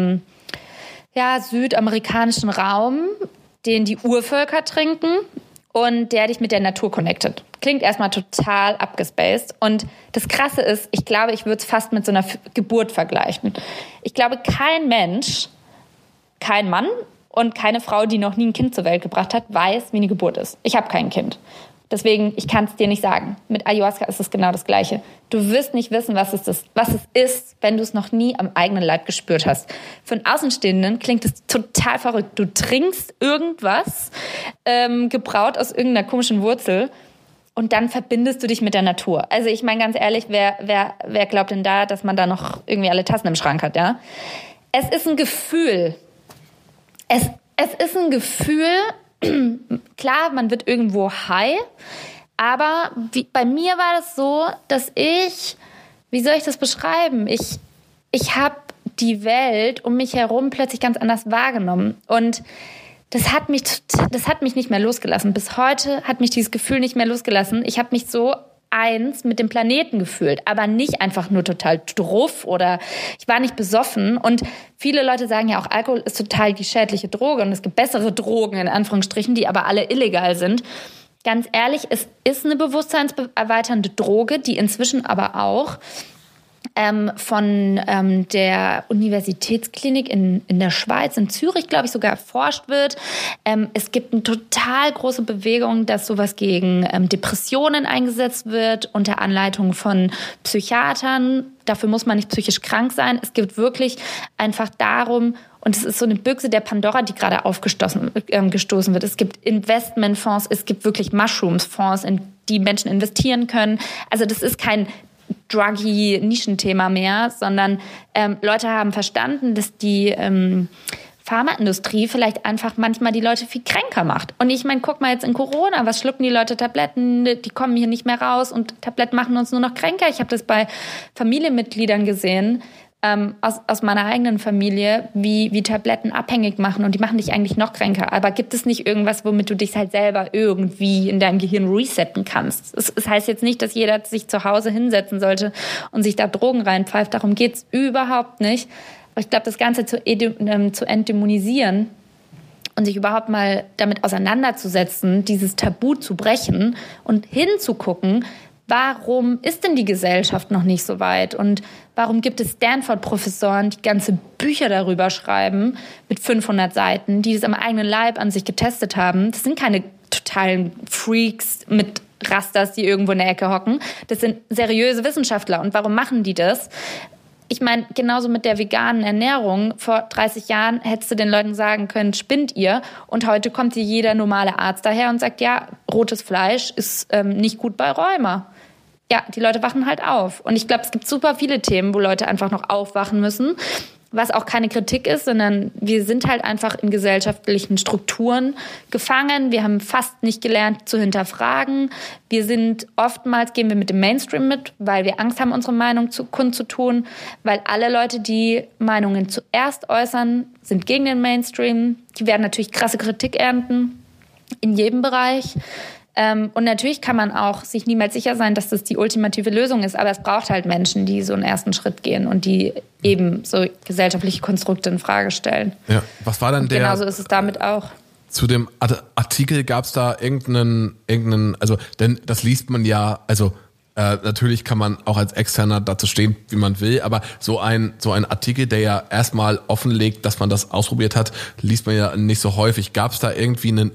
südamerikanischen Raum, den die Urvölker trinken. Und der dich mit der Natur connectet. Klingt erstmal total abgespaced. Und das Krasse ist, ich glaube, ich würde es fast mit so einer Geburt vergleichen. Ich glaube, kein Mensch, kein Mann und keine Frau, die noch nie ein Kind zur Welt gebracht hat, weiß, wie eine Geburt ist. Ich habe kein Kind. Deswegen, ich kann es dir nicht sagen. Mit Ayahuasca ist es genau das Gleiche. Du wirst nicht wissen, was es ist, wenn du es noch nie am eigenen Leib gespürt hast. Für einen Außenstehenden klingt es total verrückt. Du trinkst irgendwas, gebraut aus irgendeiner komischen Wurzel, und dann verbindest du dich mit der Natur. Also ich meine ganz ehrlich, wer glaubt denn da, dass man da noch irgendwie alle Tassen im Schrank hat, ja? Es ist ein Gefühl. Es ist ein Gefühl. Klar, man wird irgendwo high, aber bei mir war das so, dass wie soll ich das beschreiben? Ich habe die Welt um mich herum plötzlich ganz anders wahrgenommen, und das hat mich nicht mehr losgelassen. Bis heute hat mich dieses Gefühl nicht mehr losgelassen. Ich habe mich so eins mit dem Planeten gefühlt, aber nicht einfach nur total druff oder ich war nicht besoffen. Und viele Leute sagen ja auch, Alkohol ist total die schädliche Droge und es gibt bessere Drogen, in Anführungsstrichen, die aber alle illegal sind. Ganz ehrlich, es ist eine bewusstseinserweiternde Droge, die inzwischen aber auch von der Universitätsklinik in der Schweiz, in Zürich, glaube ich, sogar erforscht wird. Es gibt eine total große Bewegung, dass sowas gegen Depressionen eingesetzt wird, unter Anleitung von Psychiatern. Dafür muss man nicht psychisch krank sein. Es geht wirklich einfach darum, und es ist so eine Büchse der Pandora, die gerade gestoßen wird. Es gibt Investmentfonds, es gibt wirklich Mushrooms-Fonds, in die Menschen investieren können. Also das ist kein druggy Nischenthema mehr, sondern Leute haben verstanden, dass die Pharmaindustrie vielleicht einfach manchmal die Leute viel kränker macht. Und ich meine, guck mal jetzt in Corona, was schlucken die Leute Tabletten, die kommen hier nicht mehr raus und Tabletten machen uns nur noch kränker. Ich habe das bei Familienmitgliedern gesehen, aus meiner eigenen Familie, wie Tabletten abhängig machen, und die machen dich eigentlich noch kränker. Aber gibt es nicht irgendwas, womit du dich halt selber irgendwie in deinem Gehirn resetten kannst? Es heißt jetzt nicht, dass jeder sich zu Hause hinsetzen sollte und sich da Drogen reinpfeift. Darum geht's überhaupt nicht. Aber ich glaube, das Ganze zu entdämonisieren und sich überhaupt mal damit auseinanderzusetzen, dieses Tabu zu brechen und hinzugucken, warum ist denn die Gesellschaft noch nicht so weit? Und warum gibt es Stanford-Professoren, die ganze Bücher darüber schreiben, mit 500 Seiten, die das am eigenen Leib an sich getestet haben? Das sind keine totalen Freaks mit Rastas, die irgendwo in der Ecke hocken. Das sind seriöse Wissenschaftler. Und warum machen die das? Ich meine, genauso mit der veganen Ernährung. Vor 30 Jahren hättest du den Leuten sagen können, spinnt ihr? Und heute kommt dir jeder normale Arzt daher und sagt, ja, rotes Fleisch ist nicht gut bei Rheuma. Ja, die Leute wachen halt auf. Und ich glaube, es gibt super viele Themen, wo Leute einfach noch aufwachen müssen, was auch keine Kritik ist, sondern wir sind halt einfach in gesellschaftlichen Strukturen gefangen. Wir haben fast nicht gelernt zu hinterfragen. Gehen wir mit dem Mainstream mit, weil wir Angst haben, unsere Meinung kundzutun, weil alle Leute, die Meinungen zuerst äußern, sind gegen den Mainstream. Die werden natürlich krasse Kritik ernten in jedem Bereich. Und natürlich kann man auch sich niemals sicher sein, dass das die ultimative Lösung ist. Aber es braucht halt Menschen, die so einen ersten Schritt gehen und die eben so gesellschaftliche Konstrukte in Frage stellen. Ja, was war dann genauso ist es damit auch. Zu dem Artikel gab es da irgendeinen, also denn das liest man ja, also natürlich kann man auch als Externer dazu stehen, wie man will, aber so ein Artikel, der ja erstmal offenlegt, dass man das ausprobiert hat, liest man ja nicht so häufig. Gab es da irgendwie einen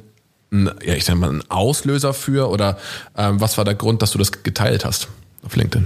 Auslöser für, oder was war der Grund, dass du das geteilt hast auf LinkedIn?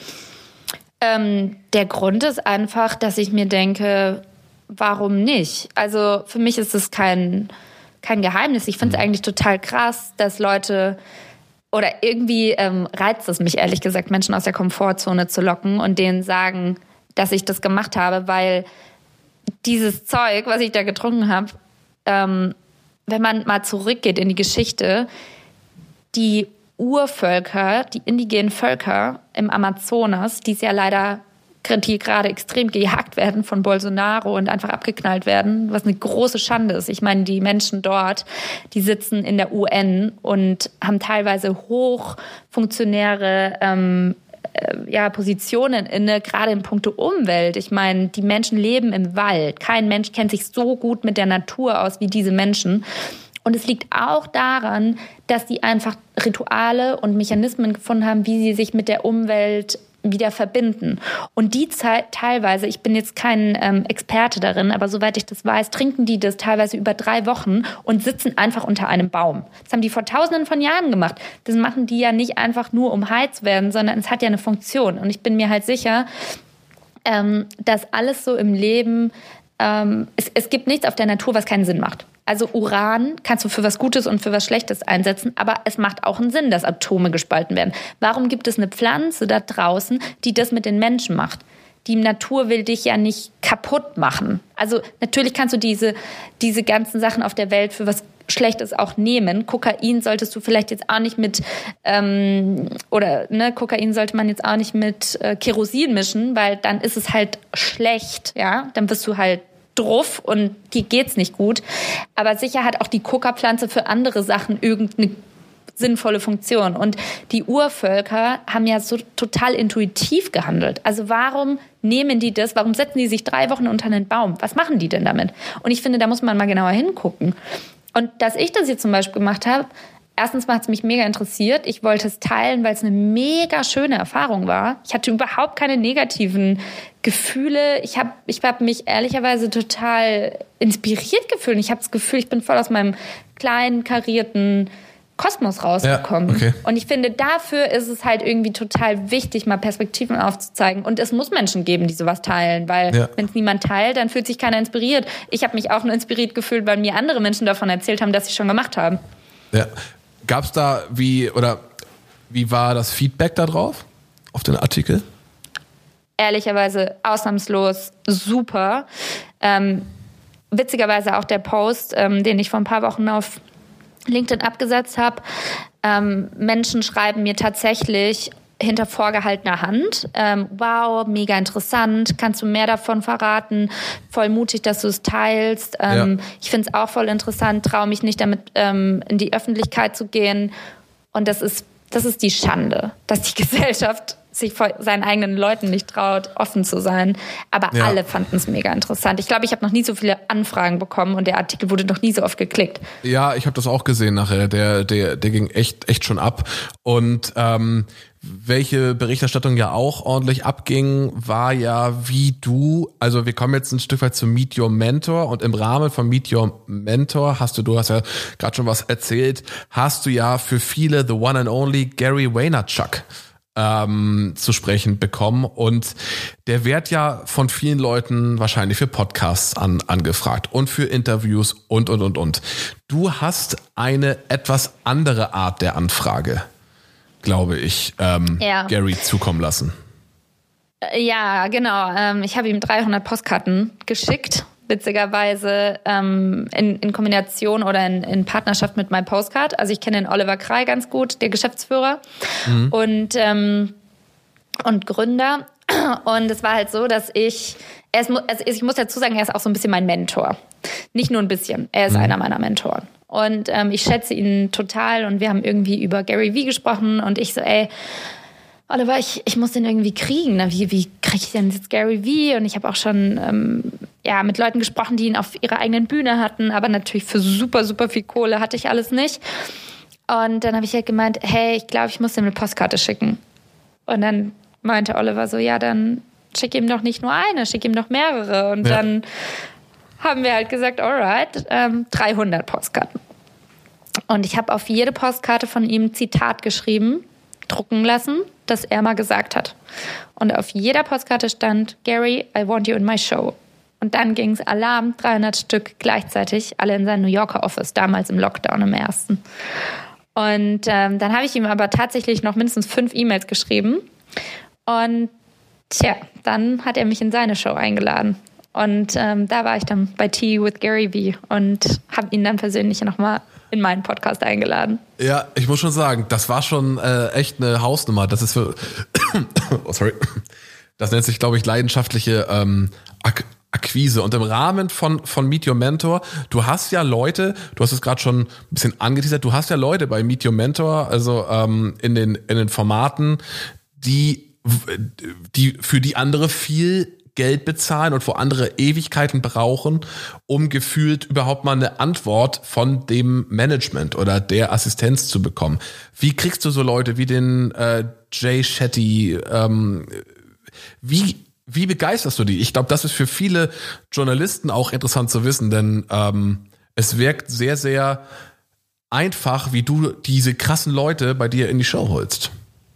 Der Grund ist einfach, dass ich mir denke, warum nicht? Also für mich ist es kein Geheimnis. Ich finde es eigentlich total krass, dass Leute, oder irgendwie reizt es mich ehrlich gesagt, Menschen aus der Komfortzone zu locken und denen sagen, dass ich das gemacht habe, weil dieses Zeug, was ich da getrunken habe, wenn man mal zurückgeht in die Geschichte, die Urvölker, die indigenen Völker im Amazonas, die gerade extrem gejagt werden von Bolsonaro und einfach abgeknallt werden, was eine große Schande ist. Ich meine, die Menschen dort, die sitzen in der UN und haben teilweise hochfunktionäre Positionen inne, gerade in puncto Umwelt. Ich meine, die Menschen leben im Wald. Kein Mensch kennt sich so gut mit der Natur aus wie diese Menschen. Und es liegt auch daran, dass die einfach Rituale und Mechanismen gefunden haben, wie sie sich mit der Umwelt wieder verbinden. Und die teilweise, ich bin jetzt kein Experte darin, aber soweit ich das weiß, trinken die das teilweise über 3 Wochen und sitzen einfach unter einem Baum. Das haben die vor Tausenden von Jahren gemacht. Das machen die ja nicht einfach nur, um high zu werden, sondern es hat ja eine Funktion. Und ich bin mir halt sicher, dass alles so im Leben, es gibt nichts auf der Natur, was keinen Sinn macht. Also Uran kannst du für was Gutes und für was Schlechtes einsetzen, aber es macht auch einen Sinn, dass Atome gespalten werden. Warum gibt es eine Pflanze da draußen, die das mit den Menschen macht? Die Natur will dich ja nicht kaputt machen. Also natürlich kannst du diese ganzen Sachen auf der Welt für was Schlechtes auch nehmen. Kokain solltest du vielleicht jetzt auch nicht mit Kokain sollte man jetzt auch nicht mit Kerosin mischen, weil dann ist es halt schlecht, ja? Dann wirst du halt druff und dir geht's nicht gut. Aber sicher hat auch die Coca-Pflanze für andere Sachen irgendeine sinnvolle Funktion. Und die Urvölker haben ja so total intuitiv gehandelt. Also warum nehmen die das? Warum setzen die sich 3 Wochen unter einen Baum? Was machen die denn damit? Und ich finde, da muss man mal genauer hingucken. Und dass ich das jetzt zum Beispiel gemacht habe, erstens hat es mich mega interessiert. Ich wollte es teilen, weil es eine mega schöne Erfahrung war. Ich hatte überhaupt keine negativen Gefühle. Ich hab mich ehrlicherweise total inspiriert gefühlt. Ich habe das Gefühl, ich bin voll aus meinem kleinen, karierten Kosmos rausgekommen. Ja, okay. Und ich finde, dafür ist es halt irgendwie total wichtig, mal Perspektiven aufzuzeigen. Und es muss Menschen geben, die sowas teilen, weil wenn es niemand teilt, dann fühlt sich keiner inspiriert. Ich habe mich auch nur inspiriert gefühlt, weil mir andere Menschen davon erzählt haben, dass sie schon gemacht haben. Ja. Gab es da wie war das Feedback da drauf auf den Artikel? Ehrlicherweise ausnahmslos super. Witzigerweise auch der Post, den ich vor ein paar Wochen auf LinkedIn abgesetzt habe. Menschen schreiben mir tatsächlich hinter vorgehaltener Hand. Wow, mega interessant. Kannst du mehr davon verraten? Voll mutig, dass du es teilst. Ich finde es auch voll interessant. Traue mich nicht damit in die Öffentlichkeit zu gehen. Und das ist die Schande, dass die Gesellschaft sich vor seinen eigenen Leuten nicht traut, offen zu sein. Aber alle fanden es mega interessant. Ich glaube, ich habe noch nie so viele Anfragen bekommen und der Artikel wurde noch nie so oft geklickt. Ja, ich habe das auch gesehen nachher. Der ging echt schon ab. Und welche Berichterstattung ja auch ordentlich abging, war ja, wie du, also wir kommen jetzt ein Stück weit zu Meet Your Mentor und im Rahmen von Meet Your Mentor du hast ja gerade schon was erzählt, hast du ja für viele the one and only Gary Vaynerchuk zu sprechen bekommen und der wird ja von vielen Leuten wahrscheinlich für Podcasts angefragt und für Interviews und. Du hast eine etwas andere Art der Anfrage, glaube ich, Gary zukommen lassen. Ja, genau. Ich habe ihm 300 Postkarten geschickt. Witzigerweise in Kombination oder in Partnerschaft mit MyPostcard. Also ich kenne den Oliver Krey ganz gut, der Geschäftsführer und Gründer. Und es war halt so, dass ich muss dazu sagen, er ist auch so ein bisschen mein Mentor. Nicht nur ein bisschen, er ist einer meiner Mentoren. Und ich schätze ihn total und wir haben irgendwie über Gary Vee gesprochen und ich so, Oliver, ich muss den irgendwie kriegen. Wie kriege ich denn jetzt Gary Vee? Und ich habe auch schon mit Leuten gesprochen, die ihn auf ihrer eigenen Bühne hatten, aber natürlich für super, super viel Kohle hatte ich alles nicht. Und dann habe ich halt gemeint, hey, ich glaube, ich muss ihm eine Postkarte schicken. Und dann meinte Oliver so, ja, dann schick ihm doch nicht nur eine, schick ihm doch mehrere. Und dann haben wir halt gesagt, alright, 300 Postkarten. Und ich habe auf jede Postkarte von ihm ein Zitat geschrieben, drucken lassen, das er mal gesagt hat. Und auf jeder Postkarte stand, Gary, I want you in my show. Und dann ging es Alarm, 300 Stück gleichzeitig, alle in sein New Yorker Office, damals im Lockdown im ersten. Und dann habe ich ihm aber tatsächlich noch mindestens 5 E-Mails geschrieben. Und dann hat er mich in seine Show eingeladen. Und da war ich dann bei Tea with Gary Vee und habe ihn dann persönlich nochmal in meinen Podcast eingeladen. Ja, ich muss schon sagen, das war schon echt eine Hausnummer. Das ist das nennt sich, glaube ich, leidenschaftliche Akquise. Und im Rahmen von Meet Your Mentor, du hast ja Leute, du hast es gerade schon ein bisschen angeteasert, du hast ja Leute bei Meet Your Mentor, also in den Formaten, die für die andere viel Geld bezahlen und wo andere Ewigkeiten brauchen, um gefühlt überhaupt mal eine Antwort von dem Management oder der Assistenz zu bekommen. Wie kriegst du so Leute wie den Jay Shetty, wie begeisterst du die? Ich glaube, das ist für viele Journalisten auch interessant zu wissen, denn es wirkt sehr, sehr einfach, wie du diese krassen Leute bei dir in die Show holst.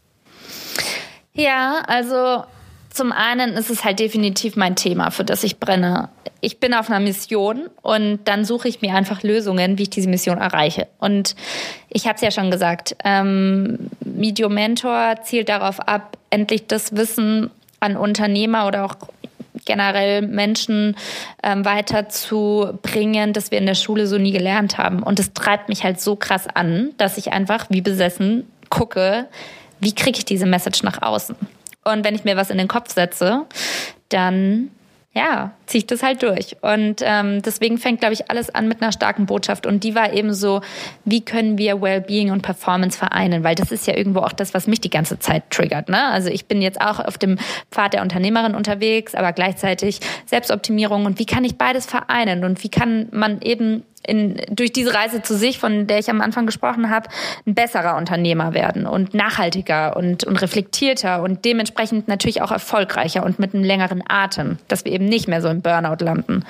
Ja, also zum einen ist es halt definitiv mein Thema, für das ich brenne. Ich bin auf einer Mission und dann suche ich mir einfach Lösungen, wie ich diese Mission erreiche. Und ich habe es ja schon gesagt, Meet Your Mentor zielt darauf ab, endlich das Wissen an Unternehmer oder auch generell Menschen weiterzubringen, das wir in der Schule so nie gelernt haben. Und das treibt mich halt so krass an, dass ich einfach wie besessen gucke, wie kriege ich diese Message nach außen? Und wenn ich mir was in den Kopf setze, dann ziehe ich das halt durch. Und deswegen fängt, glaube ich, alles an mit einer starken Botschaft. Und die war eben so, wie können wir Wellbeing und Performance vereinen? Weil das ist ja irgendwo auch das, was mich die ganze Zeit triggert. Ne? Also ich bin jetzt auch auf dem Pfad der Unternehmerin unterwegs, aber gleichzeitig Selbstoptimierung. Und wie kann ich beides vereinen? Und wie kann man eben durch diese Reise zu sich, von der ich am Anfang gesprochen habe, ein besserer Unternehmer werden und nachhaltiger und reflektierter und dementsprechend natürlich auch erfolgreicher und mit einem längeren Atem, dass wir eben nicht mehr so im Burnout landen.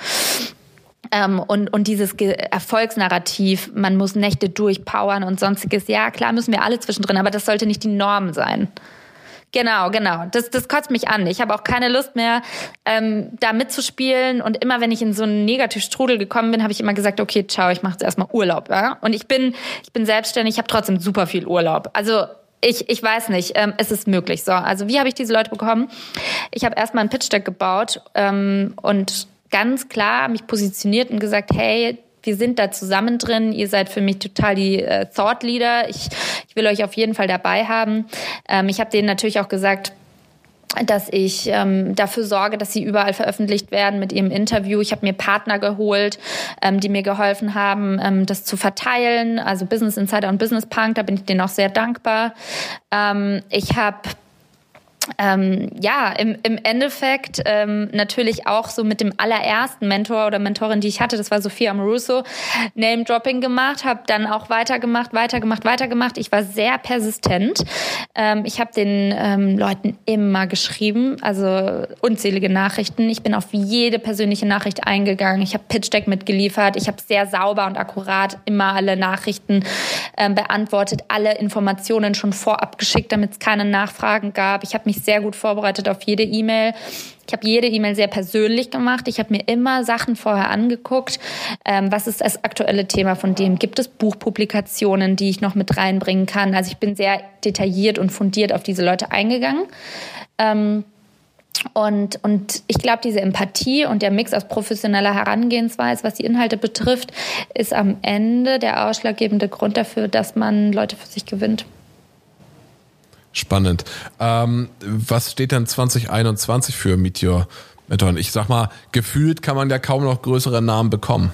Und dieses Erfolgsnarrativ, man muss Nächte durchpowern und sonstiges, ja klar müssen wir alle zwischendrin, aber das sollte nicht die Norm sein. Genau. Das kotzt mich an. Ich habe auch keine Lust mehr, da mitzuspielen. Und immer, wenn ich in so einen Negativstrudel gekommen bin, habe ich immer gesagt, okay, ciao, ich mache jetzt erstmal Urlaub. Ja? Und ich bin selbstständig, ich habe trotzdem super viel Urlaub. Also ich weiß nicht, es ist möglich. So, also wie habe ich diese Leute bekommen? Ich habe erstmal ein Pitch-Deck gebaut und ganz klar mich positioniert und gesagt, hey, wir sind da zusammen drin. Ihr seid für mich total die Thought Leader. Ich will euch auf jeden Fall dabei haben. Ich habe denen natürlich auch gesagt, dass ich dafür sorge, dass sie überall veröffentlicht werden mit ihrem Interview. Ich habe mir Partner geholt, die mir geholfen haben, das zu verteilen. Also Business Insider und Business Punk, da bin ich denen auch sehr dankbar. Ich habe im Endeffekt natürlich auch so mit dem allerersten Mentor oder Mentorin, die ich hatte, das war Sophia Amoruso, Name-Dropping gemacht, habe dann auch weitergemacht. Ich war sehr persistent. Ich habe den Leuten immer geschrieben, also unzählige Nachrichten. Ich bin auf jede persönliche Nachricht eingegangen. Ich habe Pitch-Deck mitgeliefert. Ich habe sehr sauber und akkurat immer alle Nachrichten beantwortet, alle Informationen schon vorab geschickt, damit es keine Nachfragen gab. Ich habe mich sehr gut vorbereitet auf jede E-Mail. Ich habe jede E-Mail sehr persönlich gemacht. Ich habe mir immer Sachen vorher angeguckt. Was ist das aktuelle Thema von dem? Gibt es Buchpublikationen, die ich noch mit reinbringen kann? Also ich bin sehr detailliert und fundiert auf diese Leute eingegangen. Und ich glaube, diese Empathie und der Mix aus professioneller Herangehensweise, was die Inhalte betrifft, ist am Ende der ausschlaggebende Grund dafür, dass man Leute für sich gewinnt. Spannend. Was steht denn 2021 für Meet Your Mentor? Ich sag mal, gefühlt kann man ja kaum noch größere Namen bekommen.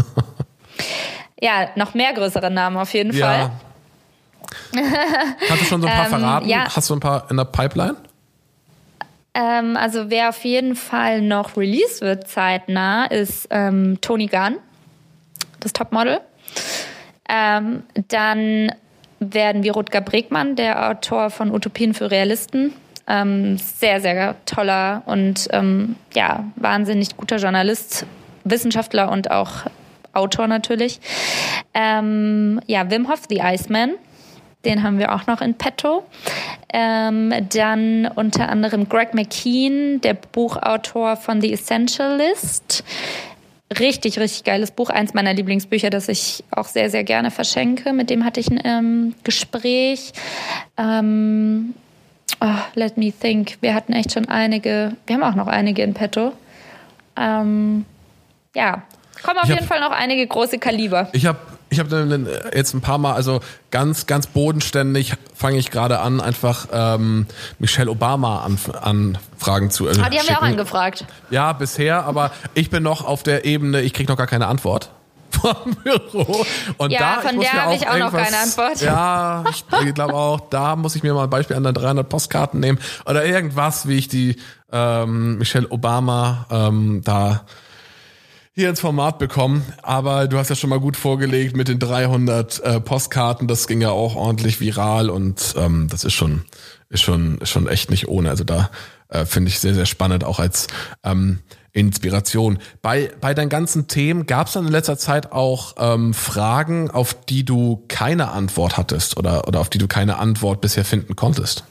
Ja, noch mehr größere Namen auf jeden Fall. Kannst du schon so ein paar verraten? Ja. Hast du ein paar in der Pipeline? Also wer auf jeden Fall noch released wird zeitnah, ist Toni Gunn, das Topmodel. Dann werden wir Rutger Bregmann, der Autor von Utopien für Realisten. Sehr, sehr toller und wahnsinnig guter Journalist, Wissenschaftler und auch Autor natürlich. Wim Hof, The Iceman. Den haben wir auch noch in petto. Dann unter anderem Greg McKeown, der Buchautor von The Essentialist. Richtig, richtig geiles Buch. Eins meiner Lieblingsbücher, das ich auch sehr, sehr gerne verschenke. Mit dem hatte ich ein Gespräch. Let me think. Wir hatten echt schon einige. Wir haben auch noch einige in petto. Kommen auf jeden Fall noch einige große Kaliber. Ich habe jetzt ein paar Mal, also ganz, ganz bodenständig fange ich gerade an, einfach Michelle Obama Anfragen zu schicken. Die haben wir auch angefragt. Ja, bisher, aber ich bin noch auf der Ebene, ich kriege noch gar keine Antwort vom Büro. Und ja, da, von der habe ich auch noch keine Antwort. Ja, ich glaube auch, da muss ich mir mal ein Beispiel an der 300 Postkarten nehmen oder irgendwas, wie ich die Michelle Obama da hier ins Format bekommen. Aber du hast ja schon mal gut vorgelegt mit den 300 Postkarten. Das ging ja auch ordentlich viral und das ist schon echt nicht ohne. Also da finde ich sehr, sehr spannend, auch als Inspiration. Bei deinen ganzen Themen gab es dann in letzter Zeit auch Fragen, auf die du keine Antwort hattest oder auf die du keine Antwort bisher finden konntest?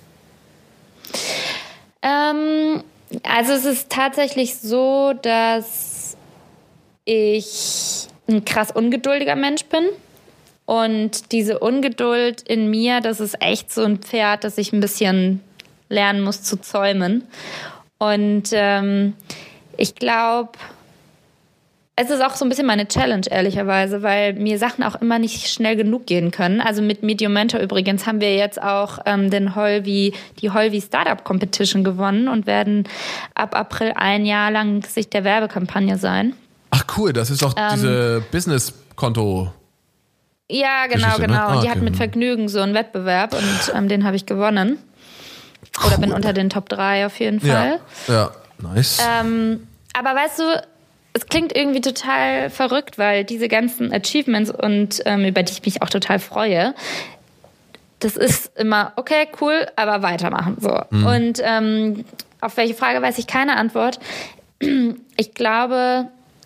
Also es ist tatsächlich so, dass ich ein krass ungeduldiger Mensch bin. Und diese Ungeduld in mir, das ist echt so ein Pferd, das ich ein bisschen lernen muss zu zäumen. Und ich glaube, es ist auch so ein bisschen meine Challenge, ehrlicherweise, weil mir Sachen auch immer nicht schnell genug gehen können. Also mit Medium Mentor übrigens haben wir jetzt auch die Holvi Startup Competition gewonnen und werden ab April ein Jahr lang Gesicht der Werbekampagne sein. Ach cool, das ist auch diese Business-Konto. Ja, genau. Ne? Und die hatten mit Vergnügen so einen Wettbewerb und den habe ich gewonnen. Cool. Oder bin unter den Top 3 auf jeden Fall. Ja, nice. Aber weißt du, es klingt irgendwie total verrückt, weil diese ganzen Achievements und über die ich mich auch total freue, das ist immer, okay, cool, aber weitermachen. So. Und auf welche Frage weiß ich keine Antwort. Ich glaube,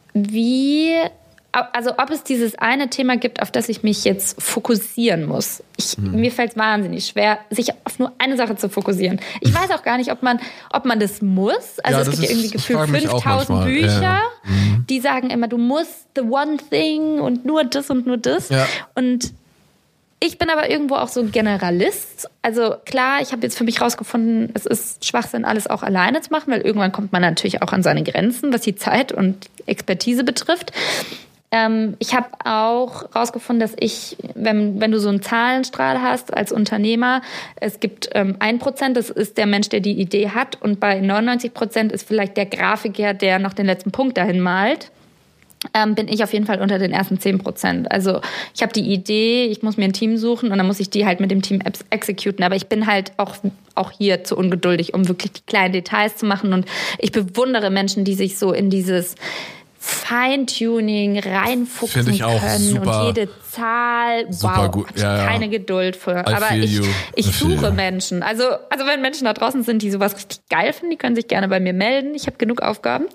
ob es dieses eine Thema gibt, auf das ich mich jetzt fokussieren muss. Mir fällt es wahnsinnig schwer, sich auf nur eine Sache zu fokussieren. Ich weiß auch gar nicht, ob man das muss. Also es gibt ja irgendwie gefühlt 5000 Bücher, die sagen immer, du musst the one thing und nur das und nur das. Ja. Und ich bin aber irgendwo auch so ein Generalist. Also klar, ich habe jetzt für mich rausgefunden, es ist Schwachsinn, alles auch alleine zu machen, weil irgendwann kommt man natürlich auch an seine Grenzen, was die Zeit und Expertise betrifft. Ich habe auch rausgefunden, dass wenn du so einen Zahlenstrahl hast als Unternehmer, es gibt 1%, das ist der Mensch, der die Idee hat, und bei 99% ist vielleicht der Grafiker, der noch den letzten Punkt dahin malt. Bin ich auf jeden Fall unter den ersten 10%. Also ich habe die Idee, ich muss mir ein Team suchen und dann muss ich die halt mit dem Team exekuten. Aber ich bin halt auch hier zu ungeduldig, um wirklich die kleinen Details zu machen. Und ich bewundere Menschen, die sich so in dieses Feintuning reinfuchsen können super, und jede Zahl, super gut. Hab ich keine Geduld für. Aber ich suche Menschen. Also wenn Menschen da draußen sind, die sowas richtig geil finden, die können sich gerne bei mir melden. Ich habe genug Aufgaben.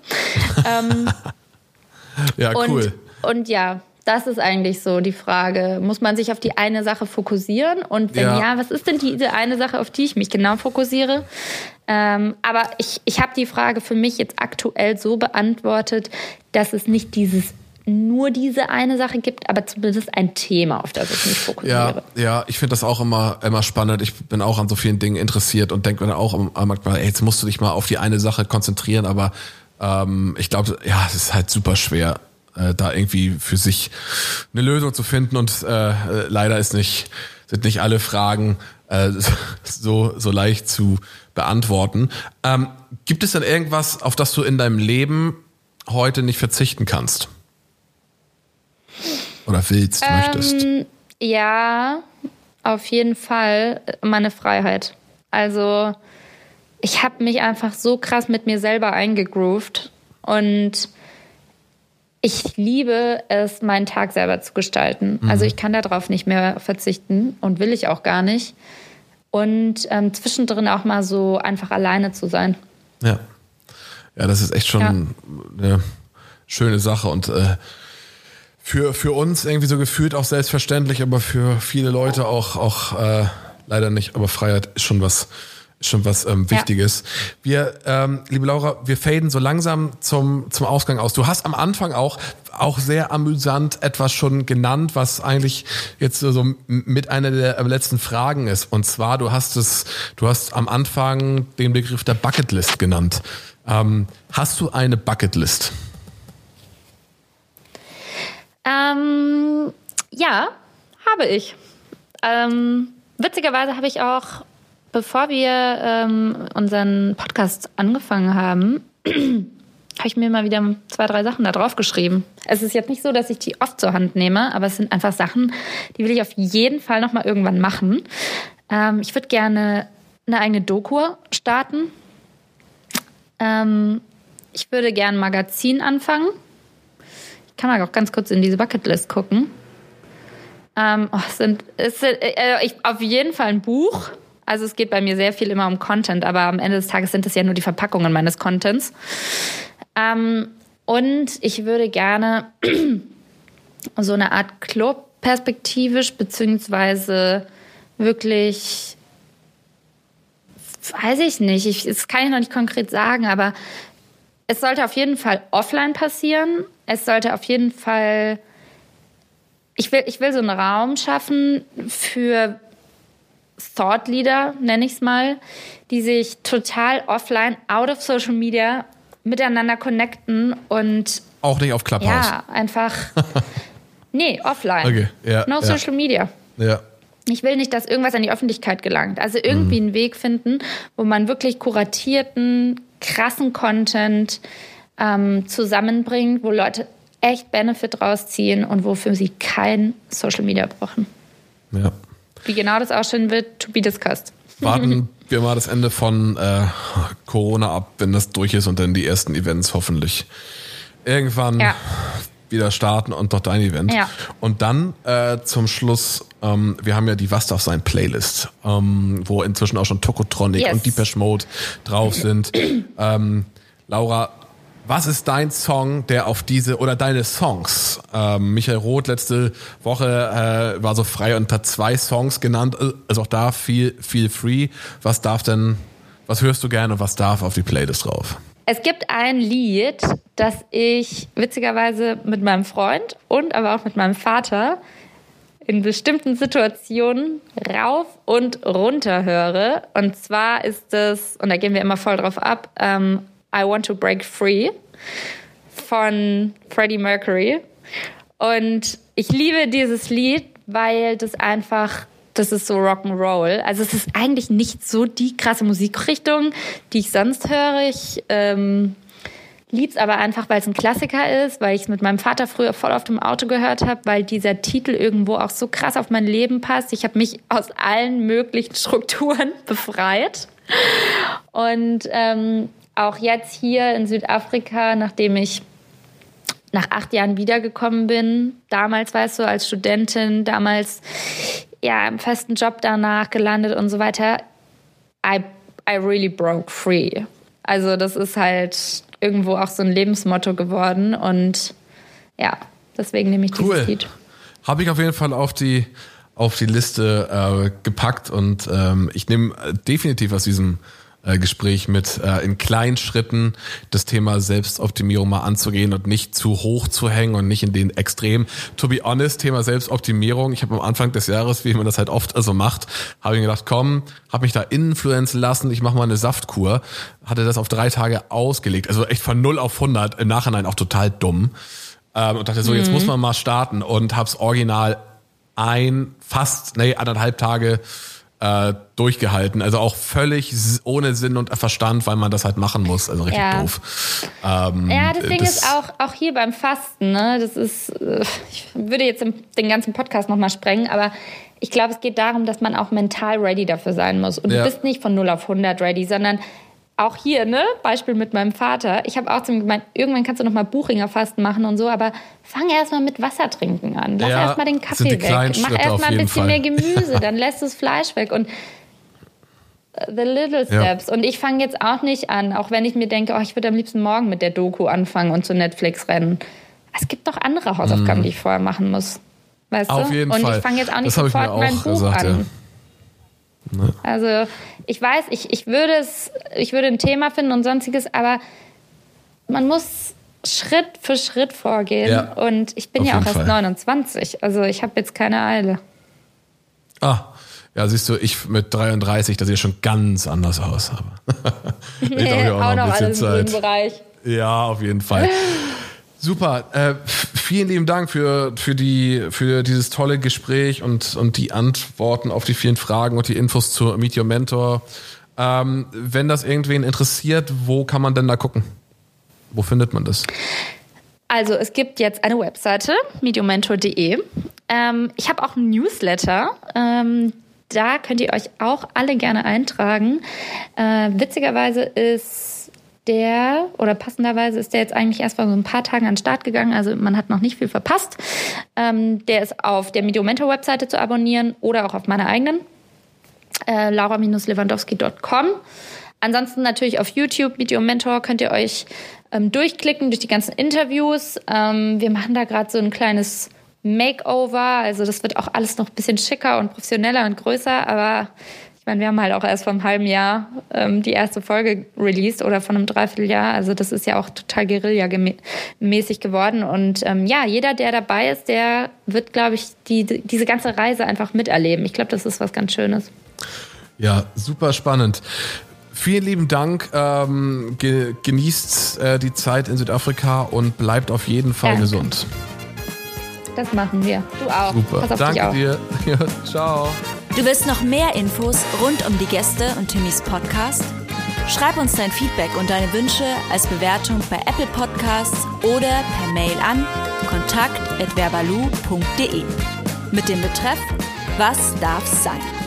Ja, cool. Und ja, das ist eigentlich so die Frage. Muss man sich auf die eine Sache fokussieren? Und wenn ja, was ist denn diese eine Sache, auf die ich mich genau fokussiere? Aber ich habe die Frage für mich jetzt aktuell so beantwortet, dass es nicht nur diese eine Sache gibt, aber zumindest ein Thema, auf das ich mich fokussiere. Ja, ich finde das auch immer spannend. Ich bin auch an so vielen Dingen interessiert und denke mir dann auch manchmal, jetzt musst du dich mal auf die eine Sache konzentrieren, aber ich glaube, ja, es ist halt super schwer, da irgendwie für sich eine Lösung zu finden und leider sind nicht alle Fragen so leicht zu beantworten. Gibt es denn irgendwas, auf das du in deinem Leben heute nicht verzichten kannst? Oder möchtest? Ja, auf jeden Fall meine Freiheit. Also ich habe mich einfach so krass mit mir selber eingegroovt und ich liebe es, meinen Tag selber zu gestalten. Also ich kann darauf nicht mehr verzichten und will ich auch gar nicht. Und zwischendrin auch mal so einfach alleine zu sein. Ja, das ist echt schon eine schöne Sache und für uns irgendwie so gefühlt auch selbstverständlich, aber für viele Leute auch leider nicht. Aber Freiheit ist schon was Wichtiges. Wir, liebe Laura, wir faden so langsam zum Ausgang aus. Du hast am Anfang auch sehr amüsant etwas schon genannt, was eigentlich jetzt so mit einer der letzten Fragen ist. Und zwar, du hast am Anfang den Begriff der Bucketlist genannt. Hast du eine Bucketlist? Ja, habe ich. Witzigerweise habe ich auch, bevor wir unseren Podcast angefangen haben, habe ich mir mal wieder 2, 3 Sachen da drauf geschrieben. Es ist jetzt nicht so, dass ich die oft zur Hand nehme, aber es sind einfach Sachen, die will ich auf jeden Fall noch mal irgendwann machen. Ich würde gerne eine eigene Doku starten. Ich würde gerne ein Magazin anfangen. Ich kann mal auch ganz kurz in diese Bucketlist gucken. Auf jeden Fall ein Buch. Also es geht bei mir sehr viel immer um Content, aber am Ende des Tages sind es ja nur die Verpackungen meines Contents. Und ich würde gerne so eine Art Club perspektivisch, beziehungsweise wirklich, weiß ich nicht, das kann ich noch nicht konkret sagen, aber es sollte auf jeden Fall offline passieren. Es sollte auf jeden Fall, ich will so einen Raum schaffen für Thought Leader, nenne ich es mal, die sich total offline, out of Social Media miteinander connecten und auch nicht auf Clubhouse. Ja, einfach nee, offline. Okay. Ja, no Social Media. Ja. Ich will nicht, dass irgendwas an die Öffentlichkeit gelangt. Also irgendwie einen Weg finden, wo man wirklich kuratierten, krassen Content zusammenbringt, wo Leute echt Benefit rausziehen und wofür sie kein Social Media brauchen. Ja. Wie genau das aussehen wird, to be discussed. Warten wir mal das Ende von Corona ab, wenn das durch ist und dann die ersten Events hoffentlich irgendwann wieder starten und doch dein Event. Ja. Und dann zum Schluss, wir haben ja die Was darf sein Playlist, wo inzwischen auch schon Tokotronic und Depeche Mode drauf sind. Laura, was ist dein Song, der auf diese, oder deine Songs? Michael Roth letzte Woche war so frei und hat 2 Songs genannt, also auch da feel free. Was hörst du gerne und was darf auf die Playlist drauf? Es gibt ein Lied, das ich witzigerweise mit meinem Freund und aber auch mit meinem Vater in bestimmten Situationen rauf und runter höre. Und zwar ist es, und da gehen wir immer voll drauf ab, I Want to Break Free von Freddie Mercury. Und ich liebe dieses Lied, weil das ist so Rock'n'Roll. Also es ist eigentlich nicht so die krasse Musikrichtung, die ich sonst höre. Ich lieb's aber einfach, weil es ein Klassiker ist, weil ich es mit meinem Vater früher voll auf dem Auto gehört habe, weil dieser Titel irgendwo auch so krass auf mein Leben passt. Ich habe mich aus allen möglichen Strukturen befreit. Und auch jetzt hier in Südafrika, nachdem ich nach 8 Jahren wiedergekommen bin, damals, weißt du, als Studentin, damals ja im festen Job danach gelandet und so weiter, I really broke free. Also das ist halt irgendwo auch so ein Lebensmotto geworden und ja, deswegen nehme ich dieses Lied. Habe ich auf jeden Fall auf die Liste gepackt und ich nehme definitiv aus diesem Gespräch mit, in kleinen Schritten das Thema Selbstoptimierung mal anzugehen und nicht zu hoch zu hängen und nicht in den Extremen. To be honest, Thema Selbstoptimierung. Ich habe am Anfang des Jahres, wie man das halt oft so macht, habe ich gedacht, komm, habe mich da influenzen lassen, ich mache mal eine Saftkur. Hatte das auf 3 Tage ausgelegt, also echt von 0 auf 100, im Nachhinein auch total dumm. Und dachte so, jetzt muss man mal starten und hab's original 1,5 Tage durchgehalten. Also auch völlig ohne Sinn und Verstand, weil man das halt machen muss. Also richtig doof. Das Ding ist auch hier beim Fasten, ne? Das ist, ich würde jetzt den ganzen Podcast nochmal sprengen, aber ich glaube, es geht darum, dass man auch mental ready dafür sein muss. Und du bist nicht von 0 auf 100 ready, sondern auch hier, ne, Beispiel mit meinem Vater. Ich habe auch zu ihm gemeint, irgendwann kannst du noch mal Buchinger-Fasten machen und so, aber fang erst mal mit Wasser trinken an. Lass erst mal den Kaffee weg. Mach erst mal ein bisschen mehr Gemüse, dann lässt du das Fleisch weg und the little steps. Ja. Und ich fange jetzt auch nicht an, auch wenn ich mir denke, ich würde am liebsten morgen mit der Doku anfangen und zu Netflix rennen. Es gibt noch andere Hausaufgaben, die ich vorher machen muss. Weißt du? Auf jeden Fall. Und ich fange jetzt auch nicht sofort mein Buch an. Ja. Ne? Also ich weiß, ich würde ein Thema finden und sonstiges, aber man muss Schritt für Schritt vorgehen. Ja, und ich bin ja auch erst 29, also ich habe jetzt keine Eile. Ja, siehst du, ich mit 33, das sieht schon ganz anders aus. Ich glaube, auch noch ein bisschen alles im grünen Bereich. Ja, auf jeden Fall. Super, vielen lieben Dank für dieses tolle Gespräch und die Antworten auf die vielen Fragen und die Infos zu Meet Your Mentor. Wenn das irgendwen interessiert, wo kann man denn da gucken? Wo findet man das? Also es gibt jetzt eine Webseite, mediomentor.de. Ich habe auch einen Newsletter. Da könnt ihr euch auch alle gerne eintragen. Witzigerweise passenderweise ist der jetzt eigentlich erst vor so ein paar Tagen an den Start gegangen. Also man hat noch nicht viel verpasst. Der ist auf der Mediomentor-Webseite zu abonnieren oder auch auf meiner eigenen, laura-lewandowski.com. Ansonsten natürlich auf YouTube, Mediomentor, könnt ihr euch durchklicken durch die ganzen Interviews. Wir machen da gerade so ein kleines Makeover. Also das wird auch alles noch ein bisschen schicker und professioneller und größer. Aber ich meine, wir haben halt auch erst vor einem halben Jahr die erste Folge released oder von einem Dreivierteljahr. Also das ist ja auch total Guerilla-mäßig geworden. Und jeder, der dabei ist, der wird, glaube ich, diese ganze Reise einfach miterleben. Ich glaube, das ist was ganz Schönes. Ja, super spannend. Vielen lieben Dank. Genießt die Zeit in Südafrika und bleibt auf jeden Fall gesund. Das machen wir. Du auch. Super. Pass auf Danke dich auf. dir. Ja, ciao. Du willst noch mehr Infos rund um die Gäste und Timmys Podcast? Schreib uns dein Feedback und deine Wünsche als Bewertung bei Apple Podcasts oder per Mail an kontakt@verbalu.de mit dem Betreff Was darf's sein?